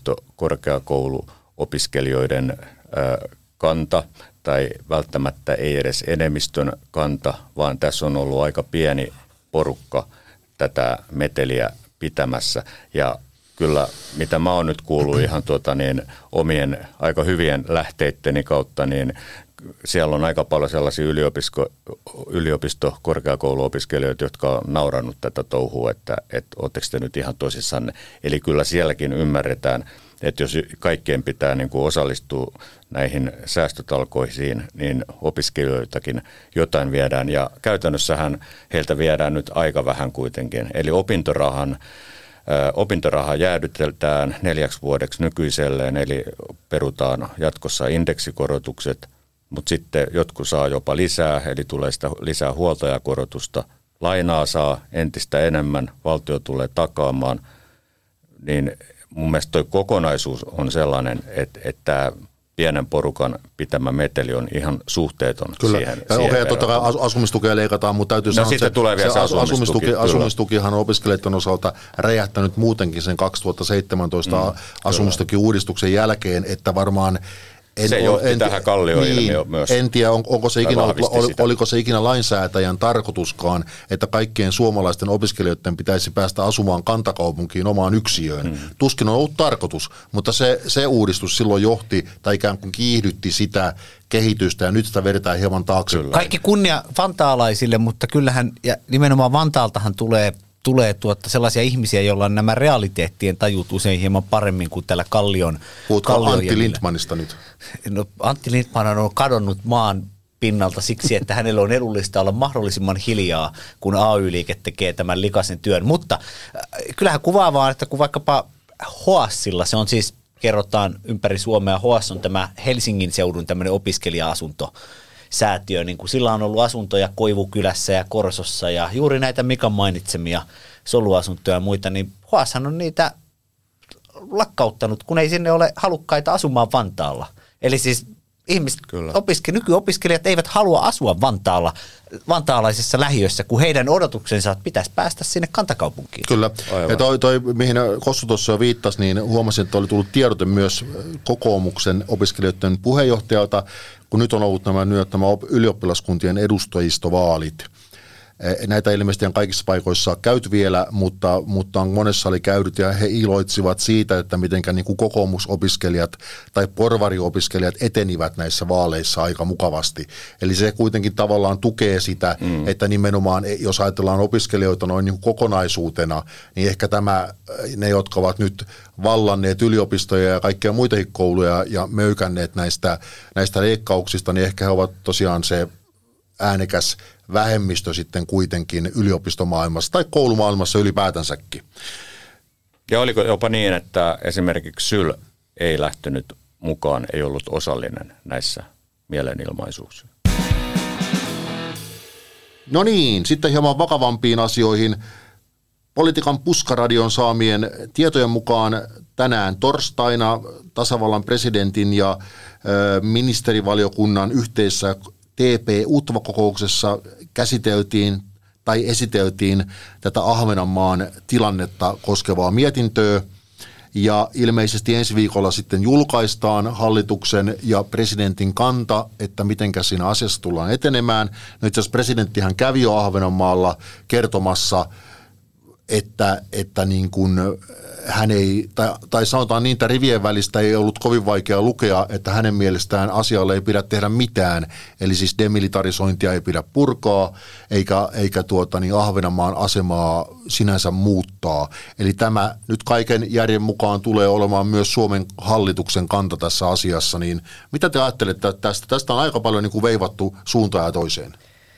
[SPEAKER 4] yliopisto-korkeakouluopiskelijoiden kanta tai välttämättä ei edes enemmistön kanta, vaan tässä on ollut aika pieni porukka tätä meteliä pitämässä. Ja kyllä, mitä mä oon nyt kuullut ihan omien aika hyvien lähteitteni kautta, niin siellä on aika paljon sellaisia yliopisto-korkeakouluopiskelijoita, jotka on naurannut tätä touhua, että ootteko te nyt ihan tosissanne. Eli kyllä sielläkin ymmärretään, että jos kaikkien pitää niin kuin osallistua näihin säästötalkoisiin, niin opiskelijoitakin jotain viedään. Ja käytännössähän heiltä viedään nyt aika vähän kuitenkin. Eli opintoraha jäädytetään 4 vuodeksi nykyiselleen, eli perutaan jatkossa indeksikorotukset, mutta sitten jotkut saa jopa lisää, eli tulee sitä lisää huoltajakorotusta. Lainaa saa entistä enemmän, valtio tulee takaamaan, niin mun mielestä toi kokonaisuus on sellainen, että pienen porukan pitämä meteli on ihan suhteeton siihen.
[SPEAKER 3] Okei, totta kai asumistukea leikataan, mutta täytyy sanoa,
[SPEAKER 4] että
[SPEAKER 3] asumistukihan on opiskelijoiden osalta räjähtänyt muutenkin sen 2017 asumistukiuudistuksen jälkeen, että varmaan
[SPEAKER 4] Se johti tähän Kallio-ilmiöön myös.
[SPEAKER 3] En tiedä, oliko se ikinä lainsäätäjän tarkoituskaan, että kaikkien suomalaisten opiskelijoiden pitäisi päästä asumaan kantakaupunkiin omaan yksiöön. Tuskin on ollut tarkoitus, mutta se uudistus silloin johti tai ikään kuin kiihdytti sitä kehitystä ja nyt sitä vedetään hieman taakse.
[SPEAKER 5] Kaikki kunnia vantaalaisille, mutta kyllähän ja nimenomaan Vantaaltahan tulee sellaisia ihmisiä, joilla on nämä realiteettien tajut usein hieman paremmin kuin tällä Kallion.
[SPEAKER 3] Puhutko Antti Lindmanista nyt?
[SPEAKER 5] No, Antti Lindman on kadonnut maan pinnalta siksi, että hänellä on edullista olla mahdollisimman hiljaa, kun AY-liike tekee tämän likaisen työn. Mutta kyllähän kuvaavaa, että kun vaikkapa Hoassilla, se on siis, kerrotaan ympäri Suomea, Hoass on tämä Helsingin seudun tämmöinen opiskelija-asunto, säätiö, niin kuin sillä on ollut asuntoja Koivukylässä ja Korsossa ja juuri näitä Mikan mainitsemia soluasuntoja ja muita, niin Hoashan on niitä lakkauttanut, kun ei sinne ole halukkaita asumaan Vantaalla. Eli siis nykyopiskelijat eivät halua asua vantaalaisessa lähiössä, kun heidän odotuksensa pitäisi päästä sinne kantakaupunkiin.
[SPEAKER 3] Kyllä. Aivan. Ja toi, mihin Kossu tuossa viittasi, niin huomasin, että oli tullut tiedote myös kokoomuksen opiskelijoiden puheenjohtajalta, kun nyt on ollut nämä ylioppilaskuntien edustajistovaalit. Näitä ilmeisesti on kaikissa paikoissa käyty vielä, mutta monessa oli käynyt ja he iloitsivat siitä, että mitenkä niin kuin kokoomusopiskelijat tai porvariopiskelijat etenivät näissä vaaleissa aika mukavasti. Eli se kuitenkin tavallaan tukee sitä, että nimenomaan jos ajatellaan opiskelijoita noin niin kuin kokonaisuutena, niin ehkä ne, jotka ovat nyt vallanneet yliopistoja ja kaikkia muitakin kouluja ja möykänneet näistä leikkauksista, niin ehkä he ovat tosiaan se äänekäs vähemmistö sitten kuitenkin yliopistomaailmassa tai koulumaailmassa ylipäätänsäkin.
[SPEAKER 4] Ja oliko jopa niin, että esimerkiksi SYL ei lähtenyt mukaan, ei ollut osallinen näissä mielenilmaisuuksissa?
[SPEAKER 3] No niin, sitten hieman vakavampiin asioihin. Politiikan puskaradion saamien tietojen mukaan tänään torstaina tasavallan presidentin ja ministerivaliokunnan yhteisessä TP-UTVA-kokouksessa esiteltiin tätä Ahvenanmaan tilannetta koskevaa mietintöä ja ilmeisesti ensi viikolla sitten julkaistaan hallituksen ja presidentin kanta, että mitenkä siinä asiassa tullaan etenemään. No itse asiassa presidenttihän kävi jo Ahvenanmaalla kertomassa, että niin kuin hän ei, tai sanotaan niin, että rivien välistä ei ollut kovin vaikea lukea, että hänen mielestään asialle ei pidä tehdä mitään, eli siis demilitarisointia ei pidä purkaa, eikä Ahvenanmaan asemaa sinänsä muuttaa. Eli tämä nyt kaiken järjen mukaan tulee olemaan myös Suomen hallituksen kanta tässä asiassa, niin mitä te ajattelette tästä? Tästä on aika paljon niin kuin veivattu suuntaan ja toiseen.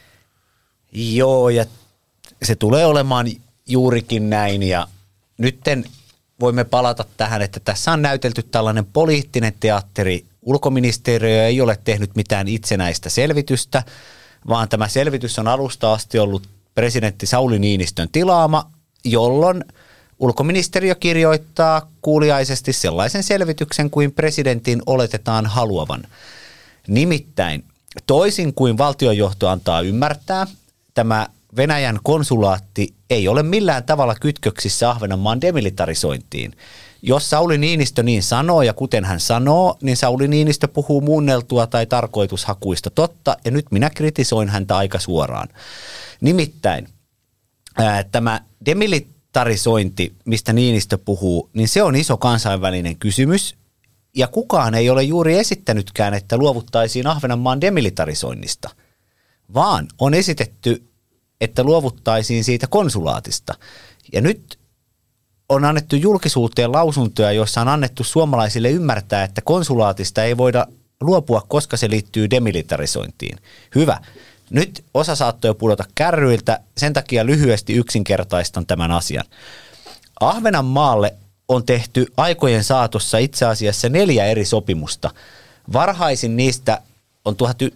[SPEAKER 5] Joo, ja se tulee olemaan juurikin näin, ja nytten voimme palata tähän, että tässä on näytelty tällainen poliittinen teatteri. Ulkoministeriö ei ole tehnyt mitään itsenäistä selvitystä, vaan tämä selvitys on alusta asti ollut presidentti Sauli Niinistön tilaama, jolloin ulkoministeriö kirjoittaa kuuliaisesti sellaisen selvityksen kuin presidentin oletetaan haluavan. Nimittäin toisin kuin valtionjohto antaa ymmärtää, tämä Venäjän konsulaatti ei ole millään tavalla kytköksissä Ahvenanmaan demilitarisointiin. Jos Sauli Niinistö niin sanoo ja kuten hän sanoo, niin Sauli Niinistö puhuu muunneltua tai tarkoitushakuista totta ja nyt minä kritisoin häntä aika suoraan. Nimittäin tämä demilitarisointi, mistä Niinistö puhuu, niin se on iso kansainvälinen kysymys ja kukaan ei ole juuri esittänytkään, että luovuttaisiin Ahvenanmaan demilitarisoinnista, vaan on esitetty, että luovuttaisiin siitä konsulaatista. Ja nyt on annettu julkisuuteen lausuntoja, joissa on annettu suomalaisille ymmärtää, että konsulaatista ei voida luopua, koska se liittyy demilitarisointiin. Hyvä. Nyt osa saattoi jo pudota kärryiltä, sen takia lyhyesti yksinkertaistan tämän asian. Ahvenanmaalle on tehty aikojen saatossa itse asiassa 4 eri sopimusta. Varhaisin niistä on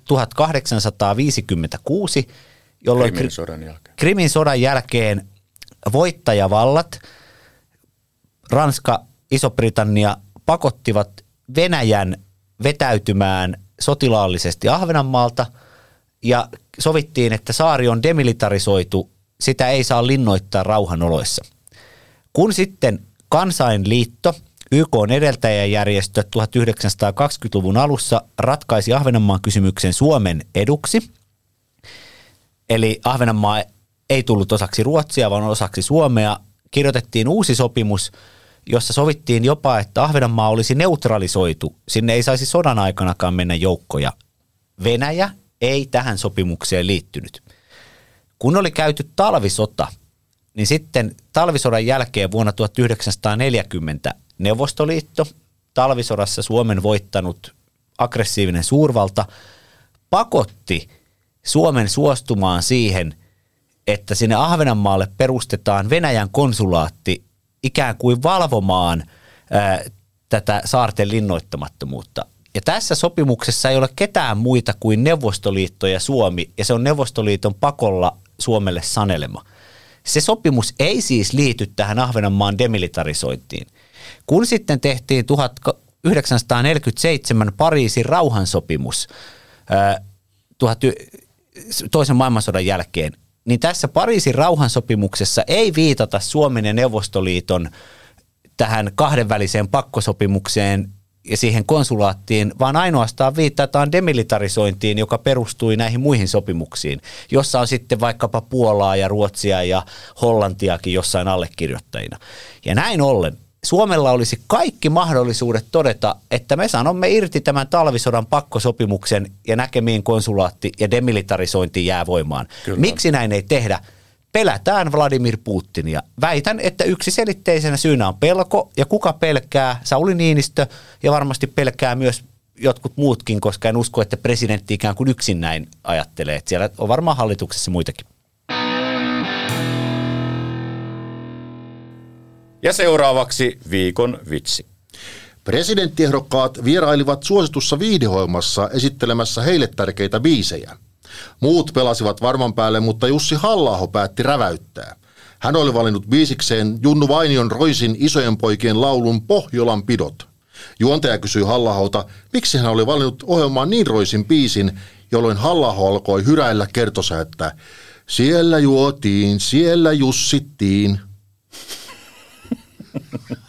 [SPEAKER 5] 1856, jolloin Krimin sodan jälkeen voittajavallat, Ranska, Iso-Britannia, pakottivat Venäjän vetäytymään sotilaallisesti Ahvenanmaalta ja sovittiin, että saari on demilitarisoitu, sitä ei saa linnoittaa rauhanoloissa. Kun sitten Kansainliitto YK:n edeltäjäjärjestö 1920-luvun alussa ratkaisi Ahvenanmaan kysymyksen Suomen eduksi. Eli Ahvenanmaa ei tullut osaksi Ruotsia, vaan osaksi Suomea. Kirjoitettiin uusi sopimus, jossa sovittiin jopa, että Ahvenanmaa olisi neutralisoitu. Sinne ei saisi sodan aikanakaan mennä joukkoja. Venäjä ei tähän sopimukseen liittynyt. Kun oli käyty talvisota, niin sitten talvisodan jälkeen vuonna 1940 Neuvostoliitto, talvisodassa Suomen voittanut aggressiivinen suurvalta, pakotti Suomen suostumaan siihen, että sinne Ahvenanmaalle perustetaan Venäjän konsulaatti ikään kuin valvomaan tätä saarten linnoittamattomuutta. Ja tässä sopimuksessa ei ole ketään muita kuin Neuvostoliitto ja Suomi, ja se on Neuvostoliiton pakolla Suomelle sanelema. Se sopimus ei siis liity tähän Ahvenanmaan demilitarisointiin. Kun sitten tehtiin 1947 Pariisin rauhansopimus toisen maailmansodan jälkeen, niin tässä Pariisin rauhansopimuksessa ei viitata Suomen ja Neuvostoliiton tähän kahdenväliseen pakkosopimukseen ja siihen konsulaattiin, vaan ainoastaan viitataan demilitarisointiin, joka perustui näihin muihin sopimuksiin, jossa on sitten vaikkapa Puolaa ja Ruotsia ja Hollantiakin jossain allekirjoittajina. Ja näin ollen Suomella olisi kaikki mahdollisuudet todeta, että me sanomme irti tämän talvisodan pakkosopimuksen ja näkemiin konsulaatti ja demilitarisointi jää voimaan. Kyllä. Miksi näin ei tehdä? Pelätään Vladimir Putinia. Väitän, että yksiselitteisenä syynä on pelko, ja kuka pelkää? Sauli Niinistö, ja varmasti pelkää myös jotkut muutkin, koska en usko, että presidentti ikään kuin yksin näin ajattelee. Että siellä on varmaan hallituksessa muitakin.
[SPEAKER 4] Ja seuraavaksi viikon vitsi.
[SPEAKER 3] Presidenttiehdokkaat vierailivat suositussa viihdeohjelmassa esittelemässä heille tärkeitä biisejä. Muut pelasivat varman päälle, mutta Jussi Halla-aho päätti räväyttää. Hän oli valinnut biisikseen Junnu Vainion Roisin Isojen poikien laulun Pohjolan pidot. Juontaja kysyi Halla-aholta, miksi hän oli valinnut ohjelmaan niin Roisin biisin, jolloin Halla-aho alkoi hyräillä kertosa, että siellä juotiin, siellä jussittiin.